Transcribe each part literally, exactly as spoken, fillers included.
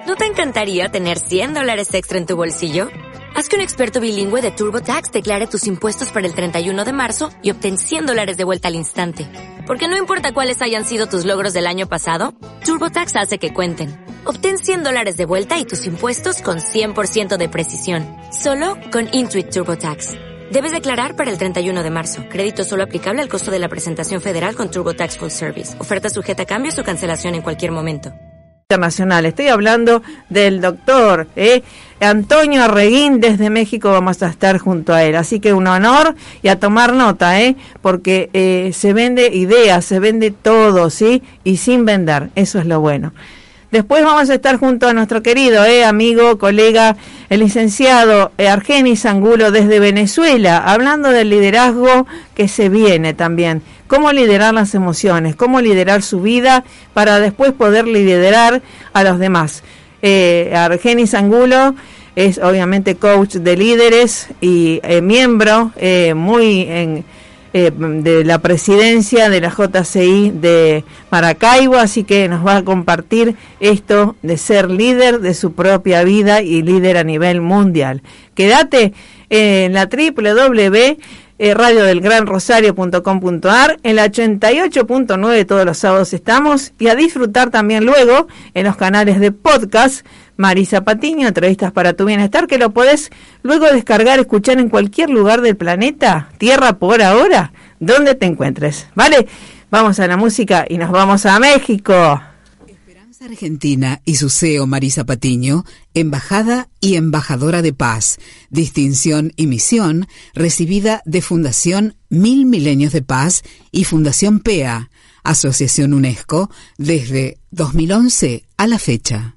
¿No te encantaría tener cien dólares extra en tu bolsillo? Haz que un experto bilingüe de TurboTax declare tus impuestos para el treinta y uno de marzo y obtén cien dólares de vuelta al instante. Porque no importa cuáles hayan sido tus logros del año pasado, TurboTax hace que cuenten. Obtén cien dólares de vuelta y tus impuestos con cien por ciento de precisión. Solo con Intuit TurboTax. Debes declarar para el treinta y uno de marzo. Crédito solo aplicable al costo de la presentación federal con TurboTax Full Service. Oferta sujeta a cambios o cancelación en cualquier momento. Internacional. Estoy hablando del doctor ¿eh? Antonio Arreguín. Desde México vamos a estar junto a él, así que un honor y a tomar nota, ¿eh? porque eh, se vende ideas, se vende todo, ¿sí? Y sin vender, eso es lo bueno. Después vamos a estar junto a nuestro querido eh, amigo, colega, el licenciado eh, Argenis Angulo desde Venezuela, hablando del liderazgo que se viene también. Cómo liderar las emociones, cómo liderar su vida para después poder liderar a los demás. Eh, Argenis Angulo es obviamente coach de líderes y eh, miembro eh, muy en... Eh, de la presidencia de la J C I de Maracaibo, así que nos va a compartir esto de ser líder de su propia vida y líder a nivel mundial. Quédate en la doble u doble u doble u punto radio del gran rosario punto com punto a r, en la ochenta y ocho punto nueve todos los sábados estamos, y a disfrutar también luego en los canales de podcast Marisa Patiño, entrevistas para tu bienestar, que lo podés luego descargar, escuchar en cualquier lugar del planeta, Tierra por ahora, donde te encuentres. ¿Vale? Vamos a la música y nos vamos a México. Esperanza Argentina y su C E O Marisa Patiño, embajada y embajadora de paz, distinción y misión recibida de Fundación Mil Milenios de Paz y Fundación P E A, Asociación UNESCO, desde dos mil once a la fecha.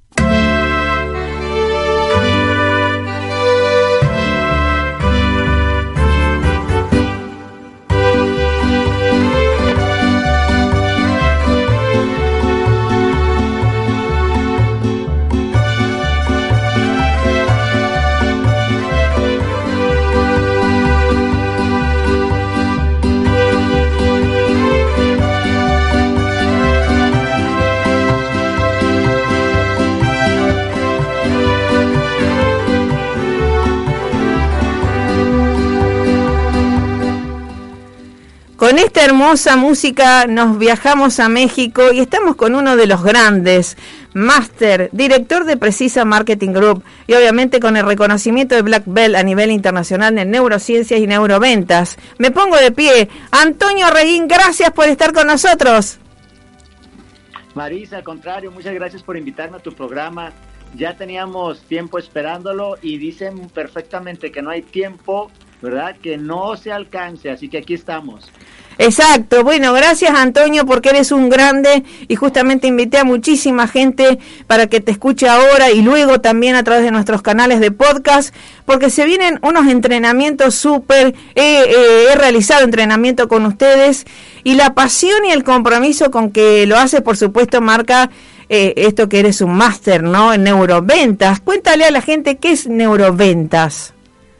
Con esta hermosa música nos viajamos a México y estamos con uno de los grandes, máster, director de Precisa Marketing Group y obviamente con el reconocimiento de Black Belt a nivel internacional en neurociencias y neuroventas. Me pongo de pie. Antonio Arreguín, gracias por estar con nosotros. Marisa, al contrario, muchas gracias por invitarme a tu programa. Ya teníamos tiempo esperándolo y dicen perfectamente que no hay tiempo, ¿verdad? Que no se alcance, así que aquí estamos. Exacto, bueno, gracias Antonio porque eres un grande y justamente invité a muchísima gente para que te escuche ahora y luego también a través de nuestros canales de podcast, porque se vienen unos entrenamientos súper, eh, eh, he realizado entrenamiento con ustedes y la pasión y el compromiso con que lo hace, por supuesto, marca eh, esto que eres un máster, ¿no? En neuroventas. Cuéntale a la gente qué es neuroventas.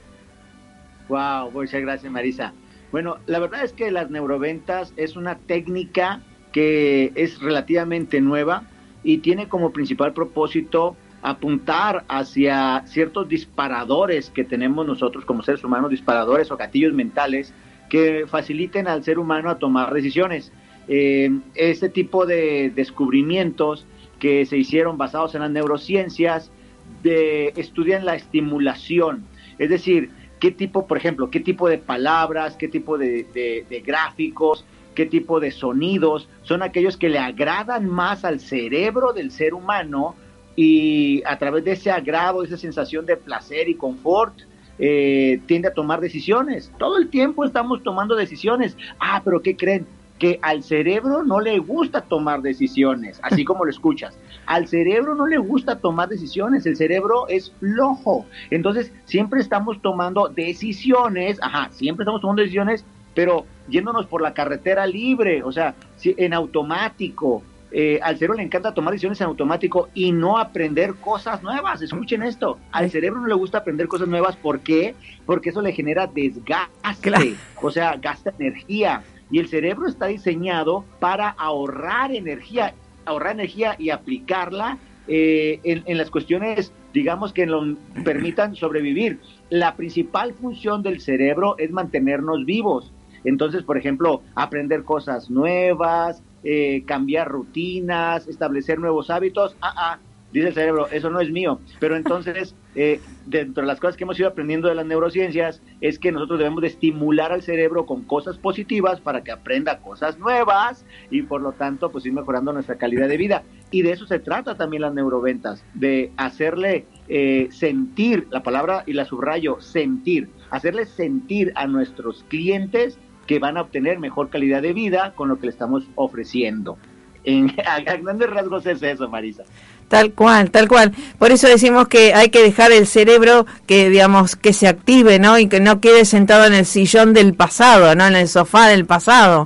Wow, muchas gracias Marisa. Bueno, la verdad es que las neuroventas es una técnica que es relativamente nueva y tiene como principal propósito apuntar hacia ciertos disparadores que tenemos nosotros como seres humanos, disparadores o gatillos mentales que faciliten al ser humano a tomar decisiones. Eh, este tipo de descubrimientos que se hicieron basados en las neurociencias de, estudian la estimulación, es decir, qué tipo, por ejemplo, qué tipo de palabras, qué tipo de, de, de gráficos, qué tipo de sonidos son aquellos que le agradan más al cerebro del ser humano y a través de ese agrado, esa sensación de placer y confort, eh, tiende a tomar decisiones. Todo el tiempo estamos tomando decisiones. Ah, pero ¿qué creen? Que al cerebro no le gusta tomar decisiones, así como lo escuchas. Al cerebro no le gusta tomar decisiones, el cerebro es flojo. Entonces, siempre estamos tomando decisiones, ajá, siempre estamos tomando decisiones, pero yéndonos por la carretera libre, o sea, en automático. Eh, al cerebro le encanta tomar decisiones en automático y no aprender cosas nuevas. Escuchen esto, al cerebro no le gusta aprender cosas nuevas. ¿Por qué? Porque eso le genera desgaste, claro. O sea, gasta energía. Y el cerebro está diseñado para ahorrar energía, ahorrar energía y aplicarla eh, en, en las cuestiones, digamos, que nos permitan sobrevivir. La principal función del cerebro es mantenernos vivos. Entonces, por ejemplo, aprender cosas nuevas, eh, cambiar rutinas, establecer nuevos hábitos. Ah, ah, dice el cerebro, eso no es mío. Pero entonces, eh, dentro de las cosas que hemos ido aprendiendo de las neurociencias, es que nosotros debemos de estimular al cerebro con cosas positivas para que aprenda cosas nuevas y por lo tanto, pues ir mejorando nuestra calidad de vida. Y de eso se trata también las neuroventas, de hacerle eh, sentir, la palabra y la subrayo, sentir, hacerle sentir a nuestros clientes que van a obtener mejor calidad de vida con lo que le estamos ofreciendo. En, a, a grandes rasgos es eso, Marisa. Tal cual, tal cual. Por eso decimos que hay que dejar el cerebro que, digamos, que se active, ¿no? Y que no quede sentado en el sillón del pasado, ¿no? En el sofá del pasado.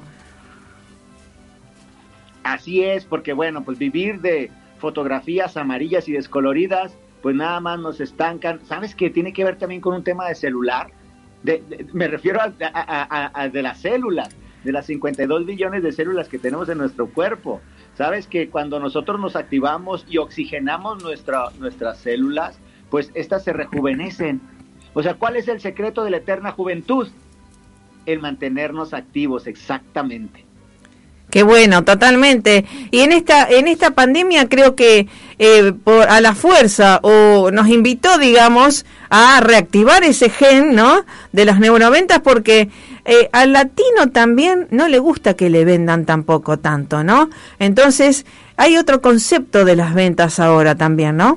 Así es, porque bueno, pues vivir de fotografías amarillas y descoloridas, pues nada más nos estancan. ¿Sabes qué tiene que ver también con un tema de celular? De, de, me refiero a, a, a, a de las células, de las cincuenta y dos billones de células que tenemos en nuestro cuerpo. Sabes que cuando nosotros nos activamos y oxigenamos nuestra, nuestras células, pues estas se rejuvenecen. O sea, ¿cuál es el secreto de la eterna juventud? El mantenernos activos, exactamente. Qué bueno, totalmente. Y en esta en esta pandemia creo que eh, por, a la fuerza o nos invitó, digamos, a reactivar ese gen, ¿no? De las neuroventas, porque eh, al latino también no le gusta que le vendan tampoco tanto, ¿no? Entonces hay otro concepto de las ventas ahora también, ¿no?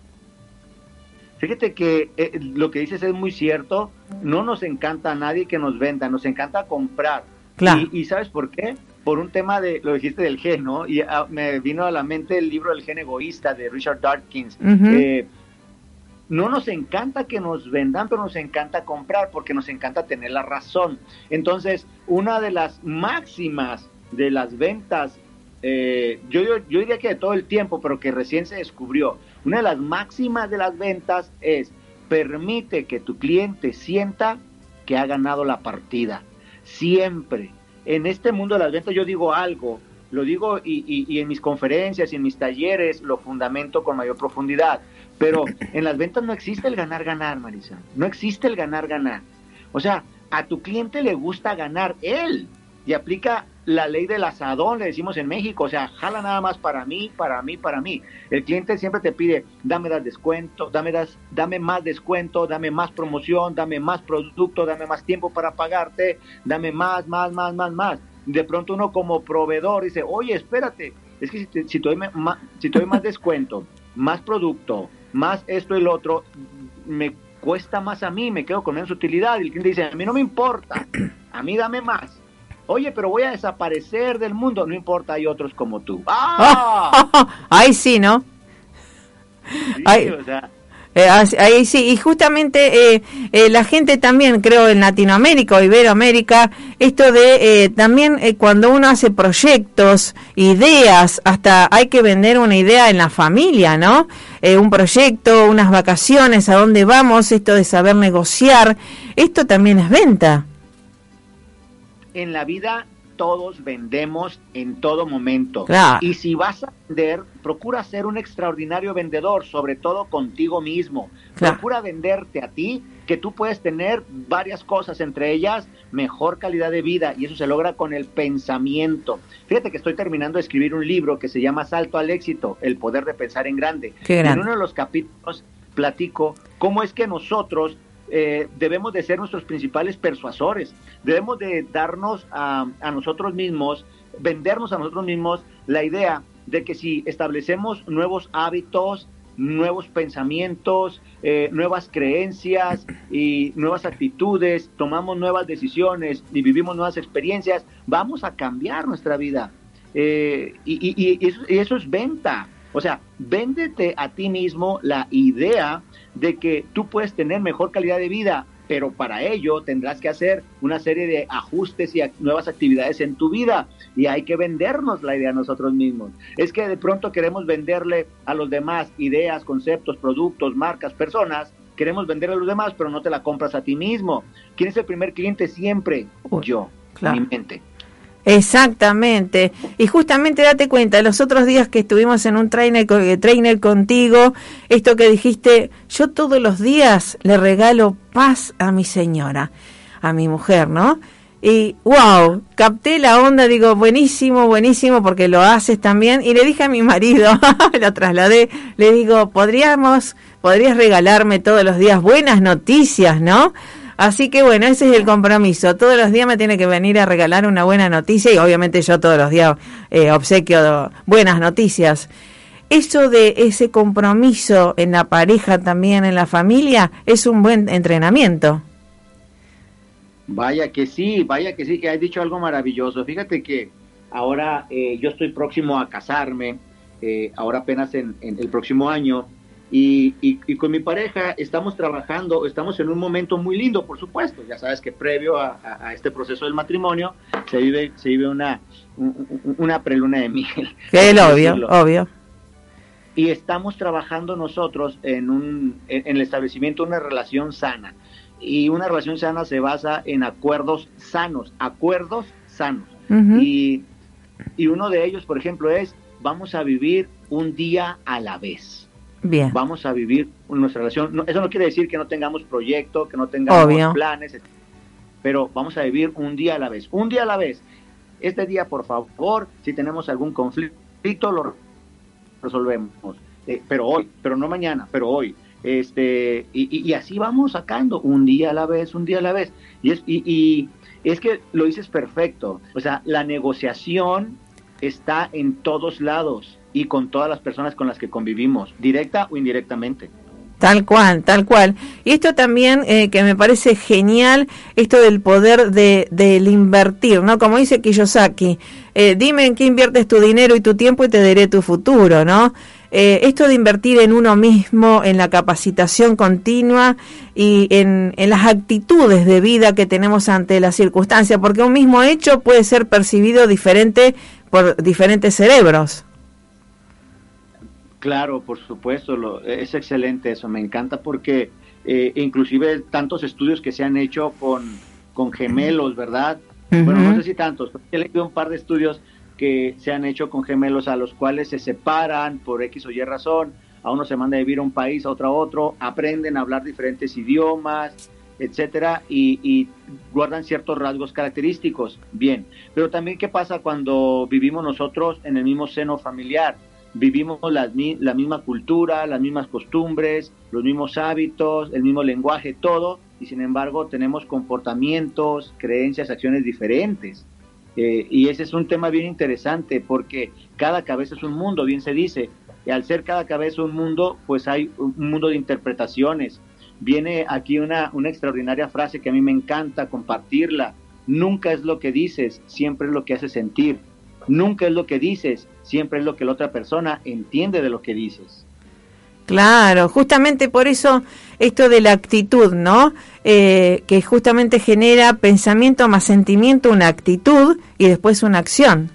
Fíjate que eh, lo que dices es muy cierto. No nos encanta a nadie que nos venda, nos encanta comprar. Claro. Y, y ¿sabes por qué? Por un tema de, lo dijiste del gen, ¿no? Y uh, me vino a la mente el libro El gen egoísta de Richard Dawkins. Uh-huh. Eh, no nos encanta que nos vendan, pero nos encanta comprar porque nos encanta tener la razón. Entonces, una de las máximas de las ventas, eh, yo, yo, yo diría que de todo el tiempo, pero que recién se descubrió, una de las máximas de las ventas es: permite que tu cliente sienta que ha ganado la partida. Siempre. En este mundo de las ventas yo digo algo, lo digo y, y, y en mis conferencias y en mis talleres lo fundamento con mayor profundidad, pero en las ventas no existe el ganar-ganar, Marisa, no existe el ganar-ganar. O sea, a tu cliente le gusta ganar él y aplica la ley del asadón, le decimos en México, o sea, jala nada más para mí, para mí, para mí. El cliente siempre te pide, dame das descuento, dame, das, dame más descuento, dame más promoción, dame más producto, dame más tiempo para pagarte, dame más, más, más, más, más. De pronto uno como proveedor dice, oye, espérate, es que si te, si te doy, más, si te doy más descuento, más producto, más esto y lo otro, me cuesta más a mí, me quedo con menos utilidad. Y el cliente dice, a mí no me importa, a mí dame más. Oye, pero voy a desaparecer del mundo. No importa, hay otros como tú. ¡Ah! Ahí sí, ¿no? Sí, ahí, o sea. eh, ahí sí, y justamente eh, eh, la gente también, creo, en Latinoamérica o Iberoamérica, esto de eh, también eh, cuando uno hace proyectos, ideas, hasta hay que vender una idea en la familia, ¿no? Eh, un proyecto, unas vacaciones, a dónde vamos, esto de saber negociar, esto también es venta. En la vida todos vendemos en todo momento. Claro. Y si vas a vender, procura ser un extraordinario vendedor, sobre todo contigo mismo. Claro. Procura venderte a ti, que tú puedes tener varias cosas, entre ellas mejor calidad de vida, y eso se logra con el pensamiento. Fíjate que estoy terminando de escribir un libro que se llama Salto al éxito, el poder de pensar en grande. Qué grande. En uno de los capítulos platico cómo es que nosotros Eh, debemos de ser nuestros principales persuasores, debemos de darnos a, a nosotros mismos, vendernos a nosotros mismos la idea de que si establecemos nuevos hábitos, nuevos pensamientos, eh, nuevas creencias y nuevas actitudes, tomamos nuevas decisiones y vivimos nuevas experiencias, vamos a cambiar nuestra vida. Eh, y, y, y, eso, y eso es venta. O sea, véndete a ti mismo la idea de que tú puedes tener mejor calidad de vida, pero para ello tendrás que hacer una serie de ajustes y nuevas actividades en tu vida, y hay que vendernos la idea a nosotros mismos. Es que de pronto queremos venderle a los demás ideas, conceptos, productos, marcas, personas, queremos venderle a los demás, pero no te la compras a ti mismo. ¿Quién es el primer cliente siempre? Uy, yo, claro. Mi mente. Exactamente, y justamente date cuenta, los otros días que estuvimos en un trainer, trainer contigo, esto que dijiste, yo todos los días le regalo paz a mi señora, a mi mujer, ¿no? Y wow, capté la onda, digo, buenísimo, buenísimo, porque lo haces también, y le dije a mi marido, lo trasladé, le digo, podríamos, podrías regalarme todos los días buenas noticias, ¿no? Así que bueno, ese es el compromiso. Todos los días me tiene que venir a regalar una buena noticia y obviamente yo todos los días eh, obsequio buenas noticias. Eso de ese compromiso en la pareja, también en la familia, es un buen entrenamiento. Vaya que sí, vaya que sí, que has dicho algo maravilloso. Fíjate que ahora eh, yo estoy próximo a casarme, eh, ahora apenas en, en el próximo año. Y, y, y con mi pareja estamos trabajando, estamos en un momento muy lindo, por supuesto. Ya sabes que previo a, a, a este proceso del matrimonio se vive se vive una, una preluna de miel. Que es obvio, obvio. Y estamos trabajando nosotros en, un, en, en el establecimiento de una relación sana. Y una relación sana se basa en acuerdos sanos, acuerdos sanos. Uh-huh. Y, y uno de ellos, por ejemplo, es vamos a vivir un día a la vez. Bien. Vamos a vivir nuestra relación. No, eso no quiere decir que no tengamos proyecto, que no tengamos Obvio. planes, pero vamos a vivir un día a la vez. Un día a la vez. Este día, por favor, si tenemos algún conflicto, lo resolvemos. Eh, pero hoy, pero no mañana, pero hoy. Este y, y, y así vamos sacando un día a la vez, un día a la vez. Y es, y, y es que lo dices perfecto. O sea, la negociación está en todos lados y con todas las personas con las que convivimos, directa o indirectamente. Tal cual, tal cual. Y esto también eh, que me parece genial, esto del poder de del invertir, ¿no? Como dice Kiyosaki, eh, dime en qué inviertes tu dinero y tu tiempo y te daré tu futuro, ¿no? Eh, esto de invertir en uno mismo, en la capacitación continua y en, en las actitudes de vida que tenemos ante las circunstancias, porque un mismo hecho puede ser percibido diferente por diferentes cerebros. Claro, por supuesto, lo, es excelente eso, me encanta porque eh, inclusive tantos estudios que se han hecho con, con gemelos, ¿verdad? Uh-huh. Bueno, no sé si tantos, pero he leído un par de estudios que se han hecho con gemelos a los cuales se separan por X o Y razón, a uno se manda a vivir a un país, a otro a otro, aprenden a hablar diferentes idiomas, etcétera, y, y guardan ciertos rasgos característicos, bien, pero también ¿qué pasa cuando vivimos nosotros en el mismo seno familiar? Vivimos la, la misma cultura, las mismas costumbres, los mismos hábitos, el mismo lenguaje, todo, y sin embargo tenemos comportamientos, creencias, acciones diferentes. Eh, y ese es un tema bien interesante porque cada cabeza es un mundo, bien se dice, y al ser cada cabeza un mundo, pues hay un mundo de interpretaciones. Viene aquí una, una extraordinaria frase que a mí me encanta compartirla: nunca es lo que dices, siempre es lo que haces sentir. Nunca es lo que dices, siempre es lo que la otra persona entiende de lo que dices. Claro, justamente por eso esto de la actitud, ¿no? Eh, que justamente genera pensamiento más sentimiento, una actitud y después una acción.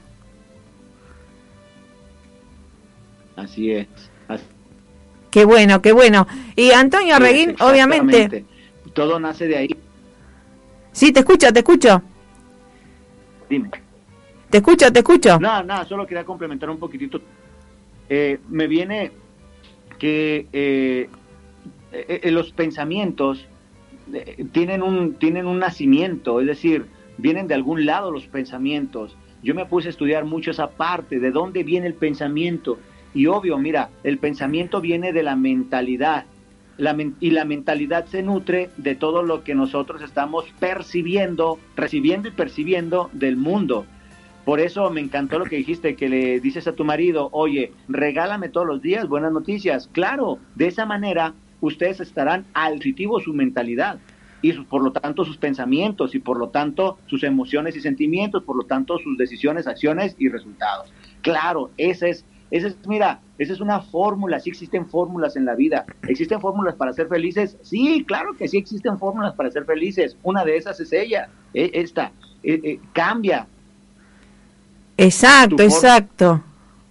Así es. Así. Qué bueno, qué bueno. Y Antonio Arreguín, sí, obviamente. Todo nace de ahí. Sí, te escucho, te escucho. Dime. Te escucho, te escucho. Nada, nada, solo quería complementar un poquitito. Eh, me viene que eh, eh, los pensamientos eh, tienen un tienen un nacimiento, es decir, vienen de algún lado los pensamientos. Yo me puse a estudiar mucho esa parte, de dónde viene el pensamiento. Y obvio, mira, el pensamiento viene de la mentalidad. La men- y la mentalidad se nutre de todo lo que nosotros estamos percibiendo, recibiendo y percibiendo del mundo. Por eso me encantó lo que dijiste, que le dices a tu marido, oye, regálame todos los días buenas noticias. Claro, de esa manera ustedes estarán altritivos su mentalidad y su, por lo tanto sus pensamientos y por lo tanto sus emociones y sentimientos, por lo tanto sus decisiones, acciones y resultados. Claro, esa es, esa es, mira, esa es una fórmula, sí existen fórmulas en la vida. ¿Existen fórmulas para ser felices? Sí, claro que sí existen fórmulas para ser felices. Una de esas es ella, eh, esta, eh, eh, cambia. Exacto, exacto.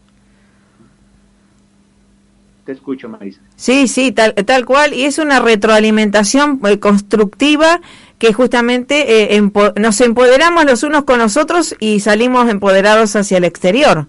Te escucho, Marisa. Sí, sí, tal, tal cual, y es una retroalimentación eh, constructiva que justamente eh, empo- nos empoderamos los unos con los otros y salimos empoderados hacia el exterior.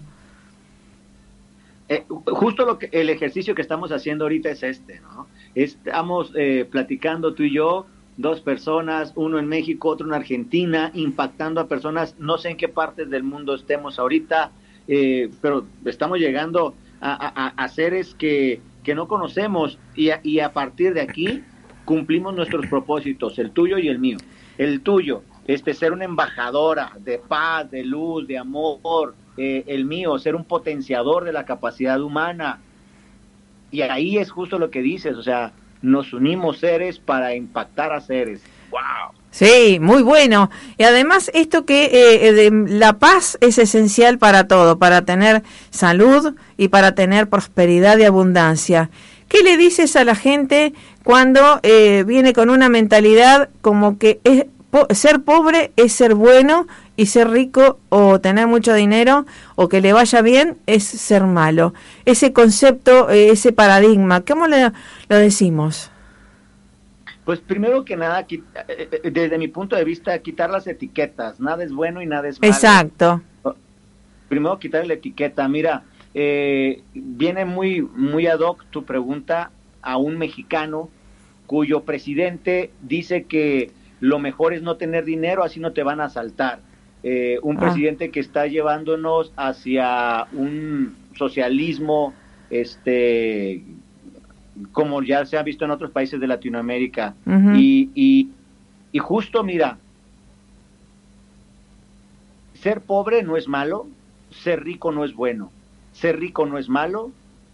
Eh, justo lo que el ejercicio que estamos haciendo ahorita es este, ¿no? Estamos eh, platicando tú y yo, dos personas, uno en México, otro en Argentina, impactando a personas, no sé en qué partes del mundo estemos ahorita, eh, pero estamos llegando a, a, a seres que, que no conocemos y a, y a partir de aquí cumplimos nuestros propósitos, el tuyo y el mío. El tuyo, este, ser una embajadora de paz, de luz, de amor. Eh, el mío, ser un potenciador de la capacidad humana. Y ahí es justo lo que dices, o sea, nos unimos seres para impactar a seres. ¡Wow! Sí, muy bueno. Y además esto que eh, de, la paz es esencial para todo, para tener salud y para tener prosperidad y abundancia. ¿Qué le dices a la gente cuando eh, viene con una mentalidad como que es, po, ser pobre es ser bueno y ser rico o tener mucho dinero o que le vaya bien es ser malo? Ese concepto, eh, ese paradigma, ¿cómo le, lo decimos? Pues primero que nada, desde mi punto de vista, quitar las etiquetas. Nada es bueno y nada es malo. Exacto. Primero quitar la etiqueta. Mira, eh, viene muy, muy ad hoc tu pregunta a un mexicano cuyo presidente dice que lo mejor es no tener dinero, así no te van a asaltar. Eh, un ah. presidente que está llevándonos hacia un socialismo, este... como ya se ha visto en otros países de Latinoamérica. Uh-huh. y, y, y justo, mira, ser pobre no es malo, ser rico no es bueno, ser rico no es malo,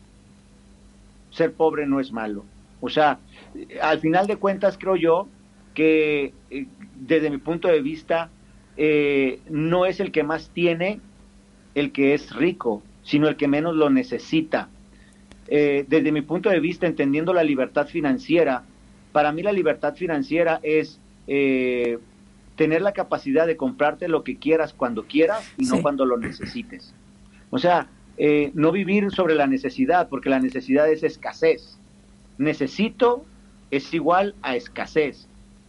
ser pobre no es malo. O sea, al final de cuentas creo yo que eh, desde mi punto de vista eh, no es el que más tiene el que es rico, sino el que menos lo necesita. Eh, desde mi punto de vista, entendiendo la libertad financiera, para mí la libertad financiera es eh, tener la capacidad de comprarte lo que quieras cuando quieras y sí. no cuando lo necesites. O sea, eh, no vivir sobre la necesidad, porque la necesidad es escasez. Necesito es igual a escasez.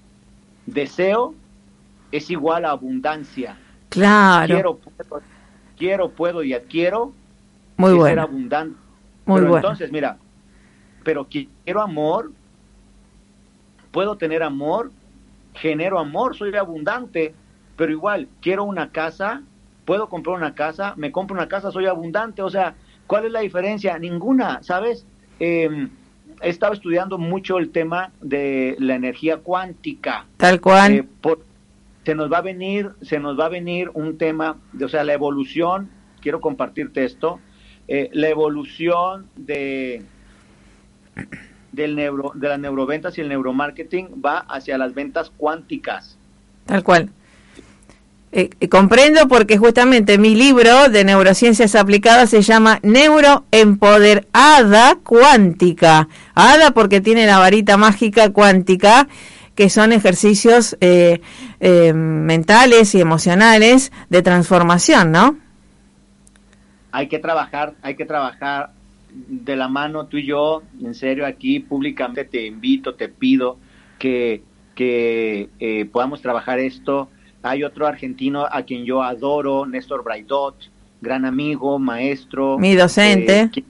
Deseo es igual a abundancia. Claro. Quiero, puedo, quiero, puedo y adquiero. Muy es bueno. Ser abundante. Muy pero bueno. Entonces, mira, pero quiero amor, puedo tener amor, genero amor, soy abundante, pero igual, quiero una casa, puedo comprar una casa, me compro una casa, soy abundante. O sea, ¿cuál es la diferencia? Ninguna, ¿sabes? Eh, he estado estudiando mucho el tema de la energía cuántica. Tal cual. Eh, por, se nos va a venir, se nos va a venir un tema, de, o sea, la evolución, quiero compartirte esto, Eh, la evolución de del neuro de las neuroventas y el neuromarketing va hacia las ventas cuánticas. Tal cual. Eh, eh, comprendo porque justamente mi libro de neurociencias aplicadas se llama Neuroempoderada Cuántica. Hada porque tiene la varita mágica cuántica, que son ejercicios eh, eh, mentales y emocionales de transformación, ¿no? Hay que trabajar, hay que trabajar de la mano tú y yo, en serio, aquí públicamente te invito, te pido que, que eh, podamos trabajar esto. Hay otro argentino a quien yo adoro, Néstor Braidot, gran amigo, maestro. Mi docente. Eh, que,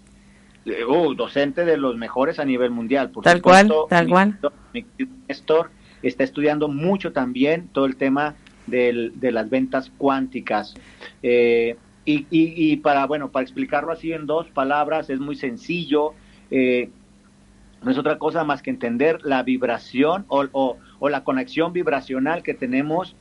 uh, docente de los mejores a nivel mundial. Por tal supuesto, cual, tal mi, cual. Mi Néstor está estudiando mucho también todo el tema del, de las ventas cuánticas. Eh, Y, y, y para, bueno, para explicarlo así en dos palabras, es muy sencillo, eh, no es otra cosa más que entender la vibración o, o, o la conexión vibracional que tenemos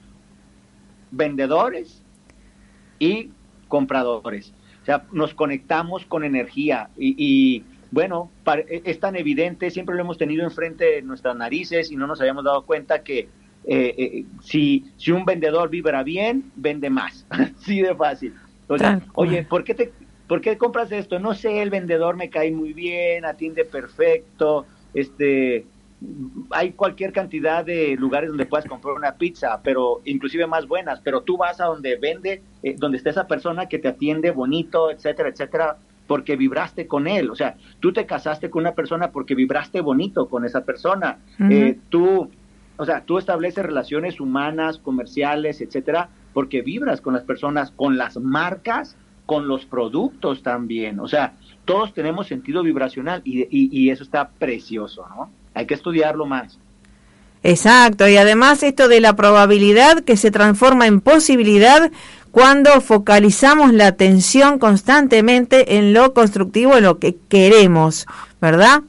vendedores y compradores. O sea, nos conectamos con energía y, y bueno, para, es tan evidente, siempre lo hemos tenido enfrente de nuestras narices y no nos habíamos dado cuenta que eh, eh, si, si un vendedor vibra bien, vende más, así de fácil. O sea, oye, ¿por qué te, por qué compras esto? No sé, el vendedor me cae muy bien, atiende perfecto, este, hay cualquier cantidad de lugares donde puedas comprar una pizza, pero inclusive más buenas, pero tú vas a donde vende, eh, donde está esa persona que te atiende bonito, etcétera, etcétera, porque vibraste con él. O sea, tú te casaste con una persona porque vibraste bonito con esa persona. Uh-huh. Eh, tú o sea, tú estableces relaciones humanas, comerciales, etcétera, porque vibras con las personas, con las marcas, con los productos también. O sea, todos tenemos sentido vibracional y, y, y eso está precioso, ¿no? Hay que estudiarlo más. Exacto, y además esto de la probabilidad que se transforma en posibilidad cuando focalizamos la atención constantemente en lo constructivo, en lo que queremos, ¿verdad?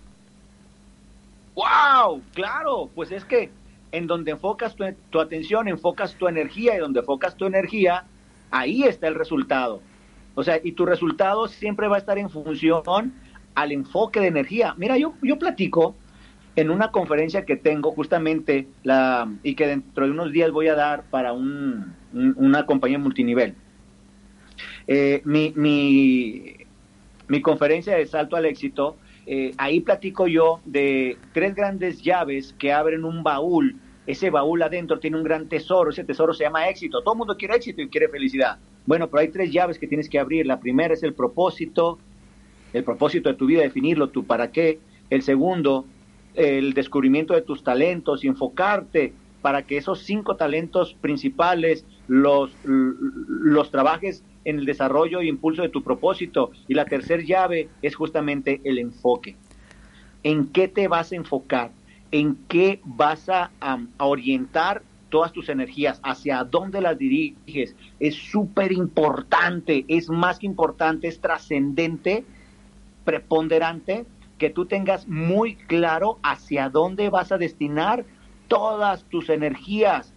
¡Wow! Claro, pues es que en donde enfocas tu, tu atención, enfocas tu energía, y donde enfocas tu energía, ahí está el resultado. O sea, y tu resultado siempre va a estar en función al enfoque de energía. Mira, yo, yo platico en una conferencia que tengo justamente, la y que dentro de unos días voy a dar para un, un, una compañía multinivel. Eh, mi, mi, mi conferencia de Salto al Éxito, eh, ahí platico yo de tres grandes llaves que abren un baúl. Ese baúl adentro tiene un gran tesoro, ese tesoro se llama éxito. Todo el mundo quiere éxito y quiere felicidad. Bueno, pero hay tres llaves que tienes que abrir. La primera es el propósito, el propósito de tu vida, definirlo, tu para qué. El segundo, el descubrimiento de tus talentos y enfocarte para que esos cinco talentos principales los, los trabajes en el desarrollo e impulso de tu propósito. Y la tercera llave es justamente el enfoque. ¿En qué te vas a enfocar? ¿En qué vas a, a, a orientar todas tus energías? ¿Hacia dónde las diriges? Es súper importante, es más que importante, es trascendente, preponderante, que tú tengas muy claro hacia dónde vas a destinar todas tus energías.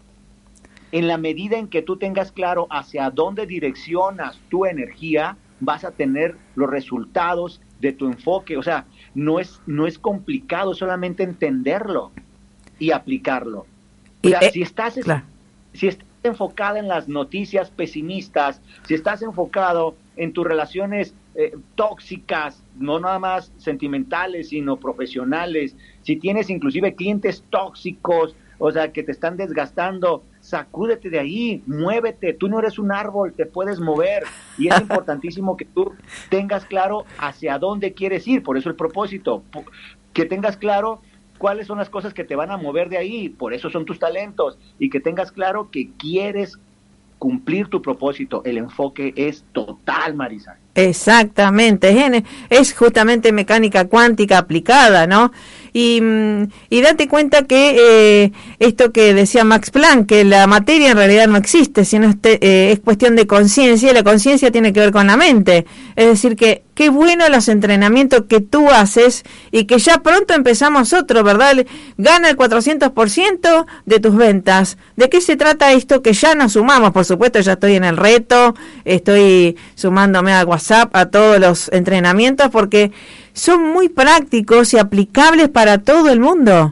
En la medida en que tú tengas claro hacia dónde direccionas tu energía, vas a tener los resultados de tu enfoque. O sea, no es, no es complicado, solamente entenderlo y aplicarlo. O sea, y, eh, si estás, claro. si estás enfocada en las noticias pesimistas, si estás enfocado en tus relaciones eh, tóxicas, no nada más sentimentales, sino profesionales, si tienes inclusive clientes tóxicos, o sea, que te están desgastando, sacúdete de ahí, muévete, tú no eres un árbol, te puedes mover, y es importantísimo que tú tengas claro hacia dónde quieres ir, por eso el propósito, que tengas claro cuáles son las cosas que te van a mover de ahí, por eso son tus talentos, y que tengas claro que quieres cumplir tu propósito. El enfoque es total, Marisa. Exactamente, es justamente mecánica cuántica aplicada, ¿no? Y, y date cuenta que eh, esto que decía Max Planck, que la materia en realidad no existe, sino este, eh, es cuestión de conciencia, y la conciencia tiene que ver con la mente. Es decir, que qué bueno los entrenamientos que tú haces y que ya pronto empezamos otro, ¿verdad? Gana el cuatrocientos por ciento de tus ventas. ¿De qué se trata esto que ya nos sumamos? Por supuesto, ya estoy en el reto, estoy sumándome a WhatsApp, a todos los entrenamientos, porque son muy prácticos y aplicables para todo el mundo.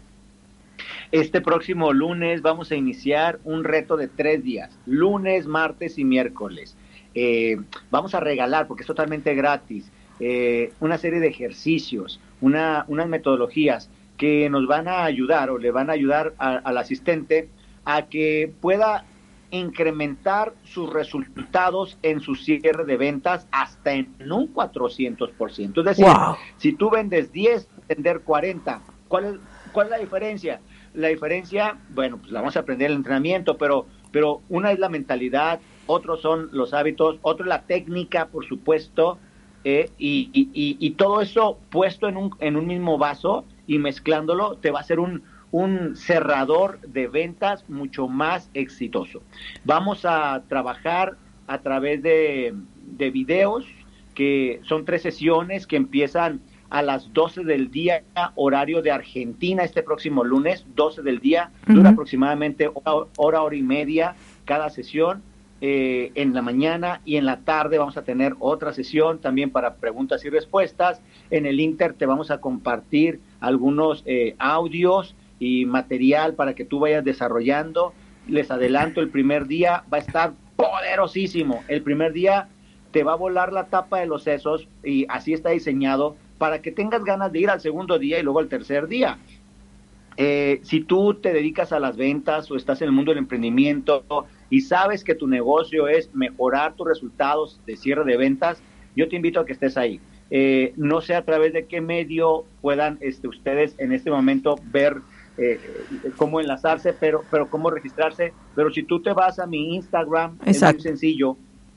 Este próximo lunes vamos a iniciar un reto de tres días, lunes, martes y miércoles. Eh, vamos a regalar, porque es totalmente gratis, eh, una serie de ejercicios, una, unas metodologías que nos van a ayudar o le van a ayudar a, al asistente a que pueda incrementar sus resultados en su cierre de ventas hasta en un cuatrocientos por ciento. Es decir, wow. Si tú vendes diez, vender cuarenta. ¿Cuál es, cuál es la diferencia? La diferencia, bueno, pues la vamos a aprender en el entrenamiento, pero, pero una es la mentalidad, otros son los hábitos, otro es la técnica, por supuesto, eh, y, y, y, y todo eso puesto en un, en un mismo vaso y mezclándolo te va a hacer un un cerrador de ventas mucho más exitoso. Vamos a trabajar a través de, de videos, que son tres sesiones que empiezan a las doce del día, horario de Argentina, este próximo lunes, doce del día, uh-huh. Dura aproximadamente hora, hora, hora y media cada sesión. Eh, en la mañana y en la tarde vamos a tener otra sesión también para preguntas y respuestas. En el Inter te vamos a compartir algunos eh, audios y material para que tú vayas desarrollando. Les adelanto, el primer día va a estar poderosísimo. El primer día te va a volar la tapa de los sesos y así está diseñado para que tengas ganas de ir al segundo día y luego al tercer día. Eh, si tú te dedicas a las ventas o estás en el mundo del emprendimiento y sabes que tu negocio es mejorar tus resultados de cierre de ventas, yo te invito a que estés ahí. Eh, no sé a través de qué medio puedan este, ustedes en este momento ver eh, cómo enlazarse, pero, pero cómo registrarse. Pero si tú te vas a mi Instagram, Exacto. es muy sencillo.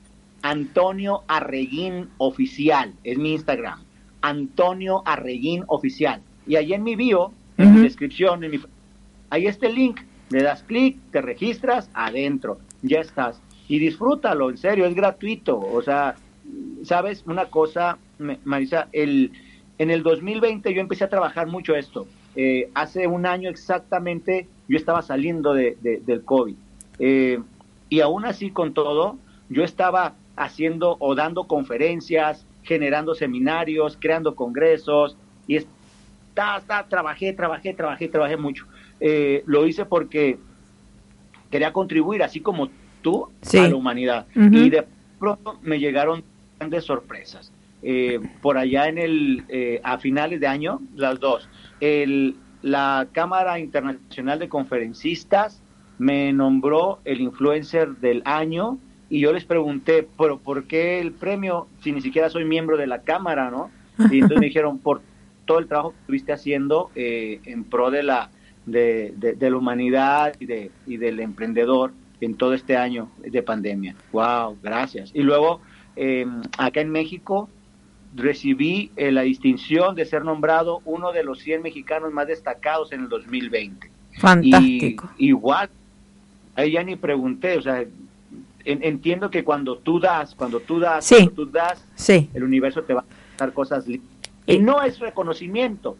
Antonio Arreguín Oficial, es mi Instagram. Antonio Arreguín Oficial. Y ahí en mi bio, en uh-huh. mi descripción, en mi, ahí está el link. Le das clic, te registras, adentro. Ya estás. Y disfrútalo, en serio, es gratuito. O sea, ¿sabes una cosa, Marisa? El, en el dos mil veinte yo empecé a trabajar mucho esto. Eh, hace un año exactamente yo estaba saliendo de, de, del COVID. Eh, y aún así, con todo, yo estaba haciendo o dando conferencias, generando seminarios, creando congresos, y está, está, trabajé, trabajé, trabajé, trabajé mucho. Eh, lo hice porque quería contribuir, así como tú, sí. a la humanidad. Uh-huh. Y de pronto me llegaron grandes sorpresas. Eh, por allá en el, eh, a finales de año, las dos, el, la Cámara Internacional de Conferencistas me nombró el influencer del año. Y yo les pregunté, ¿pero por qué el premio si ni siquiera soy miembro de la Cámara, no? Y entonces me dijeron, por todo el trabajo que estuviste haciendo eh, en pro de la de, de, de la humanidad y, de, y del emprendedor en todo este año de pandemia. ¡Wow! Gracias. Y luego, eh, acá en México, recibí eh, la distinción de ser nombrado uno de los cien mexicanos más destacados en el dos mil veinte. Fantástico. Y igual, ahí ya ni pregunté, o sea... Entiendo que cuando tú das, cuando tú das, sí. cuando tú das, sí. el universo te va a dar cosas lindas. Y no es reconocimiento.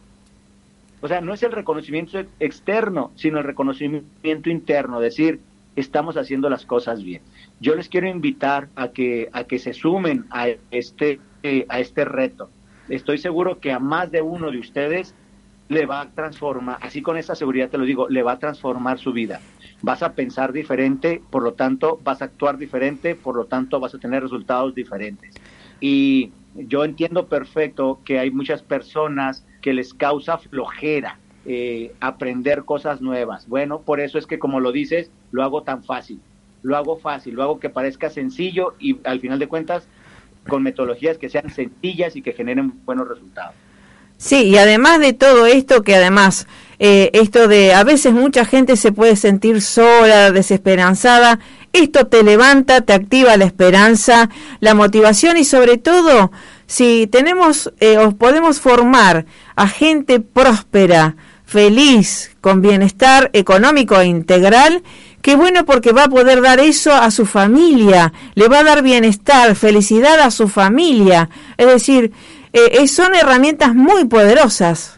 O sea, no es el reconocimiento externo, sino el reconocimiento interno, decir, estamos haciendo las cosas bien. Yo les quiero invitar a que a que se sumen a este eh, a este reto. Estoy seguro que a más de uno de ustedes le va a transformar, así con esa seguridad te lo digo, le va a transformar su vida. Vas a pensar diferente, por lo tanto vas a actuar diferente, por lo tanto vas a tener resultados diferentes. Y yo entiendo perfecto que hay muchas personas que les causa flojera eh, aprender cosas nuevas. Bueno, por eso es que, como lo dices, lo hago tan fácil, lo hago fácil, lo hago que parezca sencillo y al final de cuentas con metodologías que sean sencillas y que generen buenos resultados. Sí, y además de todo esto, que además, eh, esto de, a veces mucha gente se puede sentir sola, desesperanzada, esto te levanta, te activa la esperanza, la motivación y sobre todo, si tenemos, eh, o podemos formar a gente próspera, feliz, con bienestar económico e integral, qué bueno porque va a poder dar eso a su familia, le va a dar bienestar, felicidad a su familia, es decir, Eh, son herramientas muy poderosas.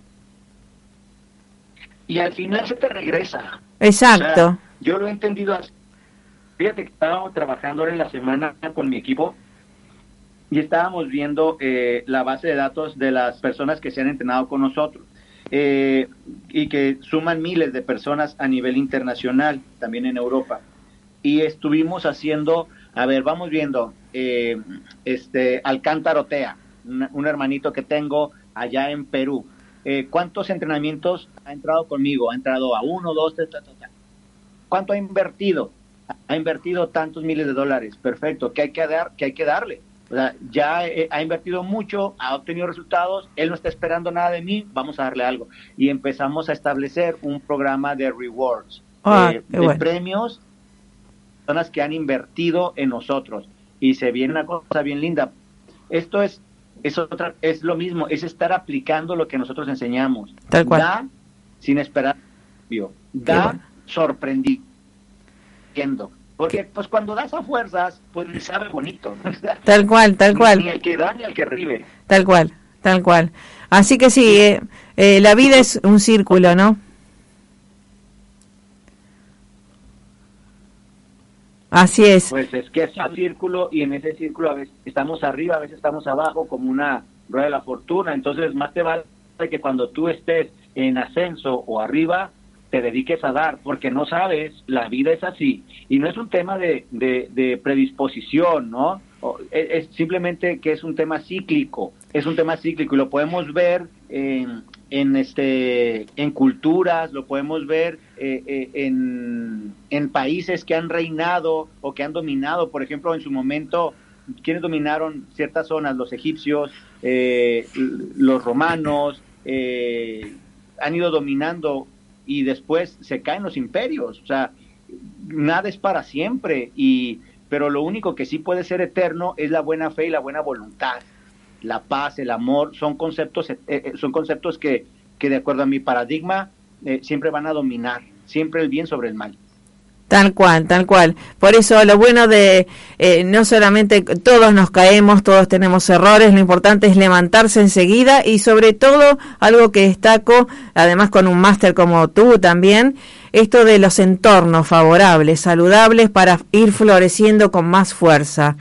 Y al final se te regresa. Exacto. O sea, yo lo he entendido así. Fíjate que estábamos trabajando ahora en la semana con mi equipo y estábamos viendo eh, la base de datos de las personas que se han entrenado con nosotros eh, y que suman miles de personas a nivel internacional, también en Europa. Y estuvimos haciendo, a ver, vamos viendo, eh, este Alcántara Otea, un hermanito que tengo allá en Perú. Eh, ¿Cuántos entrenamientos ha entrado conmigo? Ha entrado a uno, dos, tres, tres, tres. ¿Cuánto ha invertido? Ha invertido tantos miles de dólares. Perfecto. ¿Qué hay que dar? ¿Qué hay que darle? O sea, ya eh, ha invertido mucho, ha obtenido resultados, él no está esperando nada de mí, vamos a darle algo. Y empezamos a establecer un programa de rewards, ah, eh, de bueno. premios, personas que han invertido en nosotros. Y se viene una cosa bien linda. Esto es Es, otra, es lo mismo, es estar aplicando lo que nosotros enseñamos. Tal cual. Da sin esperar, da bueno. sorprendiendo. Porque pues cuando das a fuerzas, pues le sabe bonito. Tal cual, tal cual. Ni el que da ni el que recibe. Tal cual, tal cual. Así que sí, eh, eh, la vida es un círculo, ¿no? Así es. Pues es que es un círculo y en ese círculo a veces estamos arriba, a veces estamos abajo, como una rueda de la fortuna. Entonces más te vale que cuando tú estés en ascenso o arriba, te dediques a dar, porque no sabes, la vida es así. Y no es un tema de, de, de predisposición, ¿no? Es, es simplemente que es un tema cíclico, es un tema cíclico y lo podemos ver en, en este en culturas, lo podemos ver eh, eh, en, en países que han reinado o que han dominado. Por ejemplo, en su momento, ¿quiénes dominaron ciertas zonas? Los egipcios, eh, los romanos, eh, han ido dominando y después se caen los imperios. O sea, nada es para siempre, y pero lo único que sí puede ser eterno es la buena fe y la buena voluntad. La paz, el amor, son conceptos, eh, son conceptos que, que de acuerdo a mi paradigma eh, siempre van a dominar, siempre el bien sobre el mal. Tal cual, tal cual. Por eso lo bueno de eh, no solamente todos nos caemos, todos tenemos errores, lo importante es levantarse enseguida, y sobre todo algo que destaco, además con un máster como tú también, esto de los entornos favorables, saludables, para ir floreciendo con más fuerza.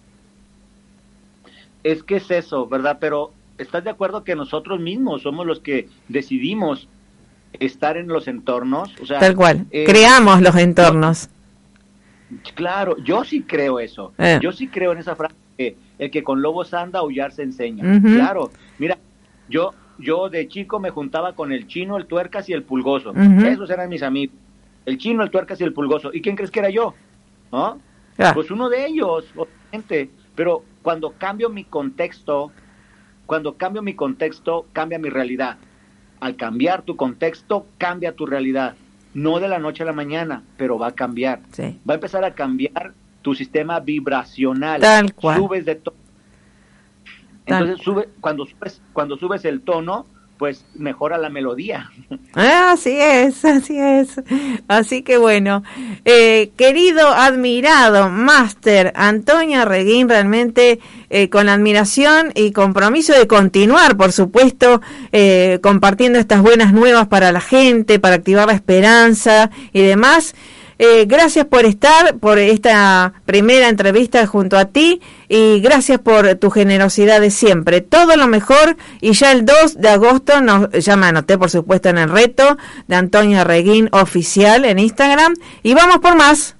Es que es eso, ¿verdad? Pero ¿estás de acuerdo que nosotros mismos somos los que decidimos estar en los entornos? O sea, tal cual, eh, creamos los entornos. Claro, yo sí creo eso. Eh. Yo sí creo en esa frase, que el que con lobos anda, aullar se enseña. Uh-huh. Claro, mira, yo yo de chico me juntaba con el Chino, el Tuercas y el Pulgoso. Uh-huh. Esos eran mis amigos. El Chino, el Tuercas y el Pulgoso. ¿Y quién crees que era yo? ¿No? Yeah. Pues uno de ellos, obviamente. Pero cuando cambio mi contexto, cuando cambio mi contexto, cambia mi realidad. Al cambiar tu contexto, cambia tu realidad. No de la noche a la mañana, pero va a cambiar. Sí. Va a empezar a cambiar tu sistema vibracional. Tal cual. Subes de tono. Entonces, sube, cuando subes, cuando subes el tono, pues mejora la melodía. Ah, así es, así es. Así que bueno, eh, querido, admirado máster Antonio Arreguín, realmente eh, con admiración y compromiso de continuar, por supuesto, eh, compartiendo estas buenas nuevas para la gente, para activar la esperanza y demás. Eh, gracias por estar, por esta primera entrevista junto a ti, y gracias por tu generosidad de siempre. Todo lo mejor, y ya el dos de agosto, nos, ya me anoté por supuesto en el reto de Antonio Arreguín Oficial en Instagram, y vamos por más.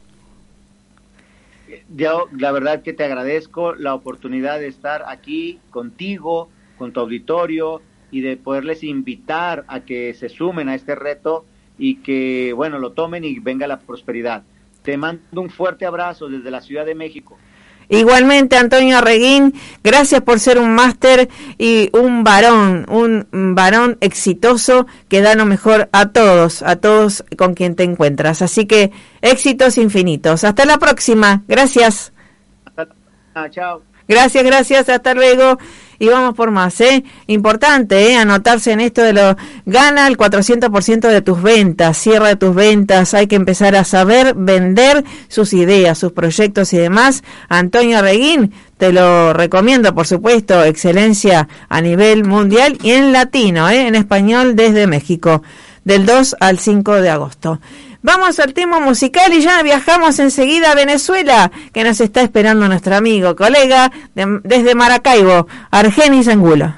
Yo la verdad que te agradezco la oportunidad de estar aquí contigo, con tu auditorio, y de poderles invitar a que se sumen a este reto, y que, bueno, lo tomen y venga la prosperidad. Te mando un fuerte abrazo desde la Ciudad de México. Igualmente, Antonio Arreguín, gracias por ser un máster y un varón, un varón exitoso que da lo mejor a todos, a todos con quien te encuentras. Así que, éxitos infinitos. Hasta la próxima. Gracias. Hasta la... ah, chao. Gracias, gracias. Hasta luego. Y vamos por más, ¿eh? Importante, ¿eh? Anotarse en esto de lo... Gana el cuatrocientos por ciento de tus ventas, cierra tus ventas, hay que empezar a saber vender sus ideas, sus proyectos y demás. Antonio Arreguín, te lo recomiendo, por supuesto, excelencia a nivel mundial y en latino, ¿eh? En español desde México, del dos al cinco de agosto. Vamos al tema musical y ya viajamos enseguida a Venezuela, que nos está esperando nuestro amigo, colega de, desde Maracaibo, Argenis Angulo.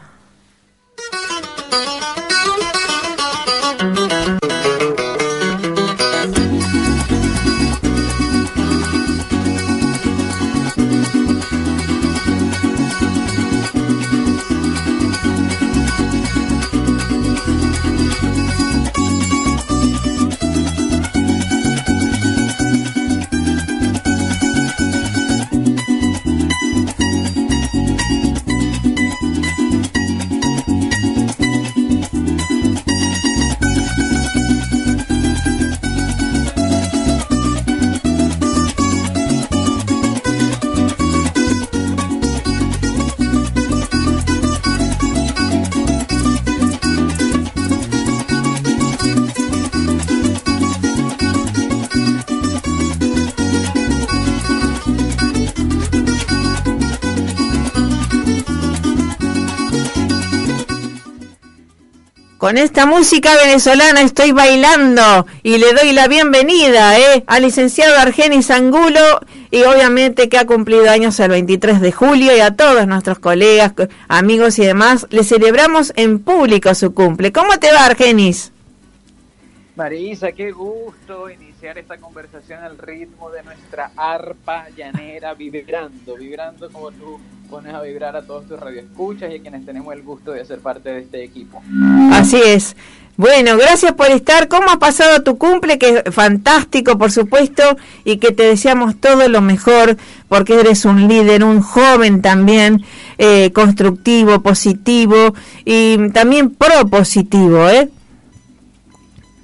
Con esta música venezolana estoy bailando y le doy la bienvenida ¿eh? al licenciado Argenis Angulo, y obviamente que ha cumplido años el veintitrés de julio, y a todos nuestros colegas, amigos y demás, le celebramos en público su cumple. ¿Cómo te va, Argenis? Marisa, qué gusto iniciar esta conversación al ritmo de nuestra arpa llanera, vibrando, vibrando como tú pones a vibrar a todos tus radioescuchas y a quienes tenemos el gusto de ser parte de este equipo. Así es. Bueno, gracias por estar. ¿Cómo ha pasado tu cumple? Que es fantástico, por supuesto, y que te deseamos todo lo mejor, porque eres un líder, un joven también, eh, constructivo, positivo y también propositivo, ¿eh?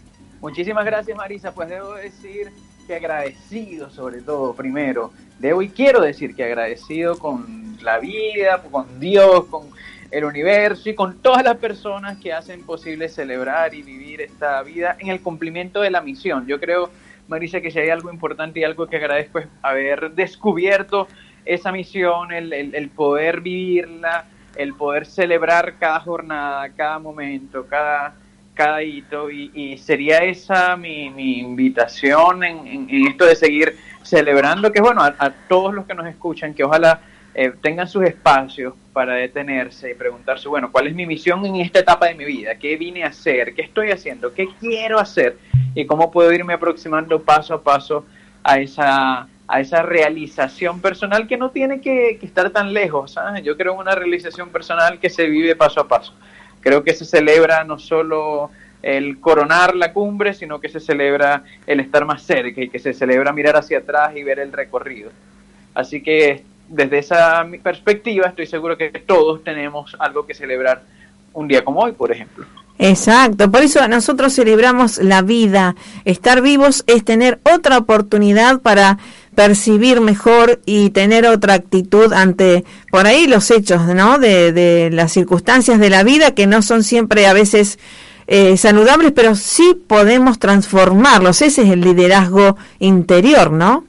Muchísimas gracias, Marisa. Pues debo decir que agradecido, sobre todo, primero, debo y quiero decir que agradecido con la vida, con Dios, con el universo y con todas las personas que hacen posible celebrar y vivir esta vida en el cumplimiento de la misión. Yo creo, Marisa, que si hay algo importante y algo que agradezco es haber descubierto esa misión, el, el, el poder vivirla, el poder celebrar cada jornada, cada momento, cada, cada hito, y, y sería esa mi, mi invitación en, en, en esto de seguir celebrando, que bueno, a, a todos los que nos escuchan, que ojalá eh, tengan sus espacios para detenerse y preguntarse, bueno, ¿cuál es mi misión en esta etapa de mi vida? ¿Qué vine a hacer? ¿Qué estoy haciendo? ¿Qué quiero hacer? ¿Y cómo puedo irme aproximando paso a paso a esa, a esa realización personal que no tiene que, que estar tan lejos? ¿Sabes? Yo creo en una realización personal que se vive paso a paso. Creo que se celebra no solo el coronar la cumbre, sino que se celebra el estar más cerca y que se celebra mirar hacia atrás y ver el recorrido. Así que desde esa perspectiva estoy seguro que todos tenemos algo que celebrar un día como hoy, por ejemplo. Exacto, por eso nosotros celebramos la vida. Estar vivos es tener otra oportunidad para percibir mejor y tener otra actitud ante, por ahí, los hechos, ¿no? De, de las circunstancias de la vida, que no son siempre a veces eh, saludables, pero sí podemos transformarlos. Ese es el liderazgo interior, ¿no?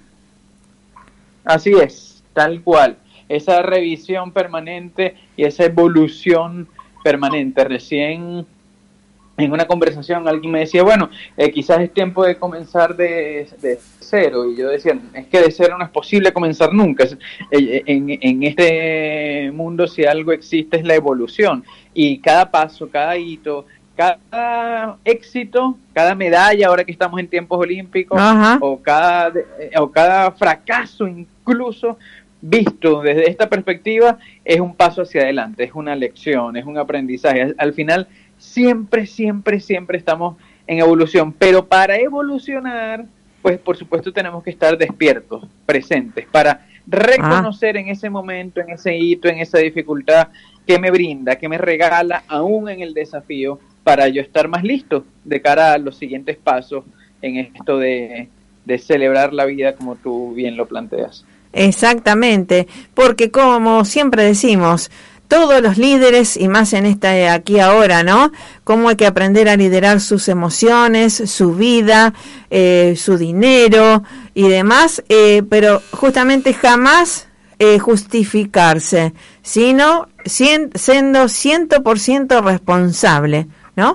Así es, tal cual. Esa revisión permanente y esa evolución permanente. Recién en una conversación alguien me decía, bueno, eh, quizás es tiempo de comenzar de, de cero, y yo decía, es que de cero no es posible comenzar nunca. Eh, en, en este mundo, si algo existe, es la evolución, y cada paso, cada hito, cada éxito, cada medalla, ahora que estamos en tiempos olímpicos, Ajá. o cada, o cada fracaso incluso, visto desde esta perspectiva, es un paso hacia adelante, es una lección, es un aprendizaje. Al, al final, siempre, siempre, siempre estamos en evolución, pero para evolucionar, pues por supuesto tenemos que estar despiertos, presentes, para reconocer ah. en ese momento, en ese hito, en esa dificultad, que me brinda, que me regala, aún en el desafío, para yo estar más listo de cara a los siguientes pasos en esto de, de celebrar la vida, como tú bien lo planteas. Exactamente, porque como siempre decimos, todos los líderes, y más en esta aquí ahora, ¿no? Cómo hay que aprender a liderar sus emociones, su vida, eh, su dinero y demás, eh, pero justamente jamás eh, justificarse, sino cien, siendo ciento por ciento responsable, ¿no?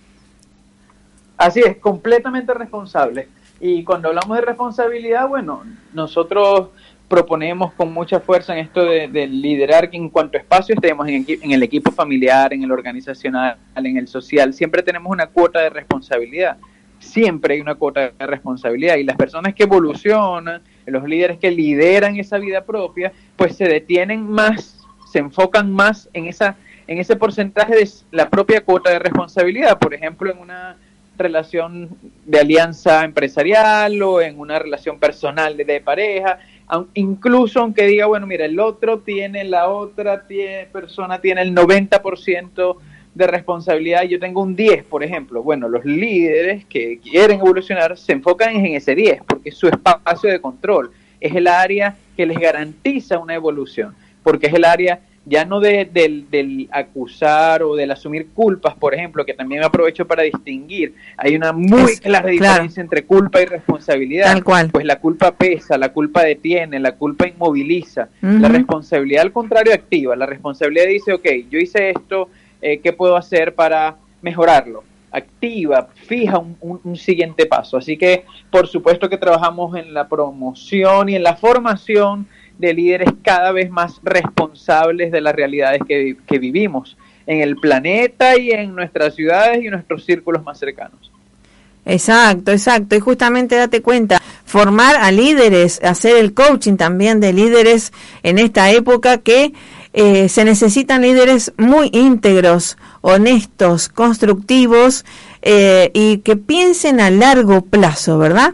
Así es, completamente responsable. Y cuando hablamos de responsabilidad, bueno, nosotros proponemos con mucha fuerza en esto de, de liderar en cuanto a espacio estemos en, en el equipo familiar, en el organizacional, en el social. Siempre tenemos una cuota de responsabilidad. Siempre hay una cuota de responsabilidad. Y las personas que evolucionan, los líderes que lideran esa vida propia, pues se detienen más, se enfocan más en esa, en ese porcentaje de la propia cuota de responsabilidad. Por ejemplo, en una relación de alianza empresarial o en una relación personal de, de pareja, incluso aunque diga, bueno, mira, el otro tiene, la otra tiene, persona tiene el noventa por ciento de responsabilidad y yo tengo un diez, por ejemplo. Bueno, los líderes que quieren evolucionar se enfocan en ese diez, porque es su espacio de control, es el área que les garantiza una evolución, porque es el área ya no de, del, del acusar o del asumir culpas, por ejemplo, que también aprovecho para distinguir. Hay una muy es, clara diferencia claro. entre culpa y responsabilidad. Tal cual. Pues la culpa pesa, la culpa detiene, la culpa inmoviliza. Uh-huh. La responsabilidad, al contrario, activa. La responsabilidad dice, ok, yo hice esto, eh, ¿qué puedo hacer para mejorarlo? Activa, fija un, un, un siguiente paso. Así que, por supuesto que trabajamos en la promoción y en la formación de líderes cada vez más responsables de las realidades que, que vivimos en el planeta y en nuestras ciudades y en nuestros círculos más cercanos. Exacto, exacto. Y justamente date cuenta, formar a líderes, hacer el coaching también de líderes en esta época que eh, se necesitan líderes muy íntegros, honestos, constructivos eh, y que piensen a largo plazo, ¿verdad?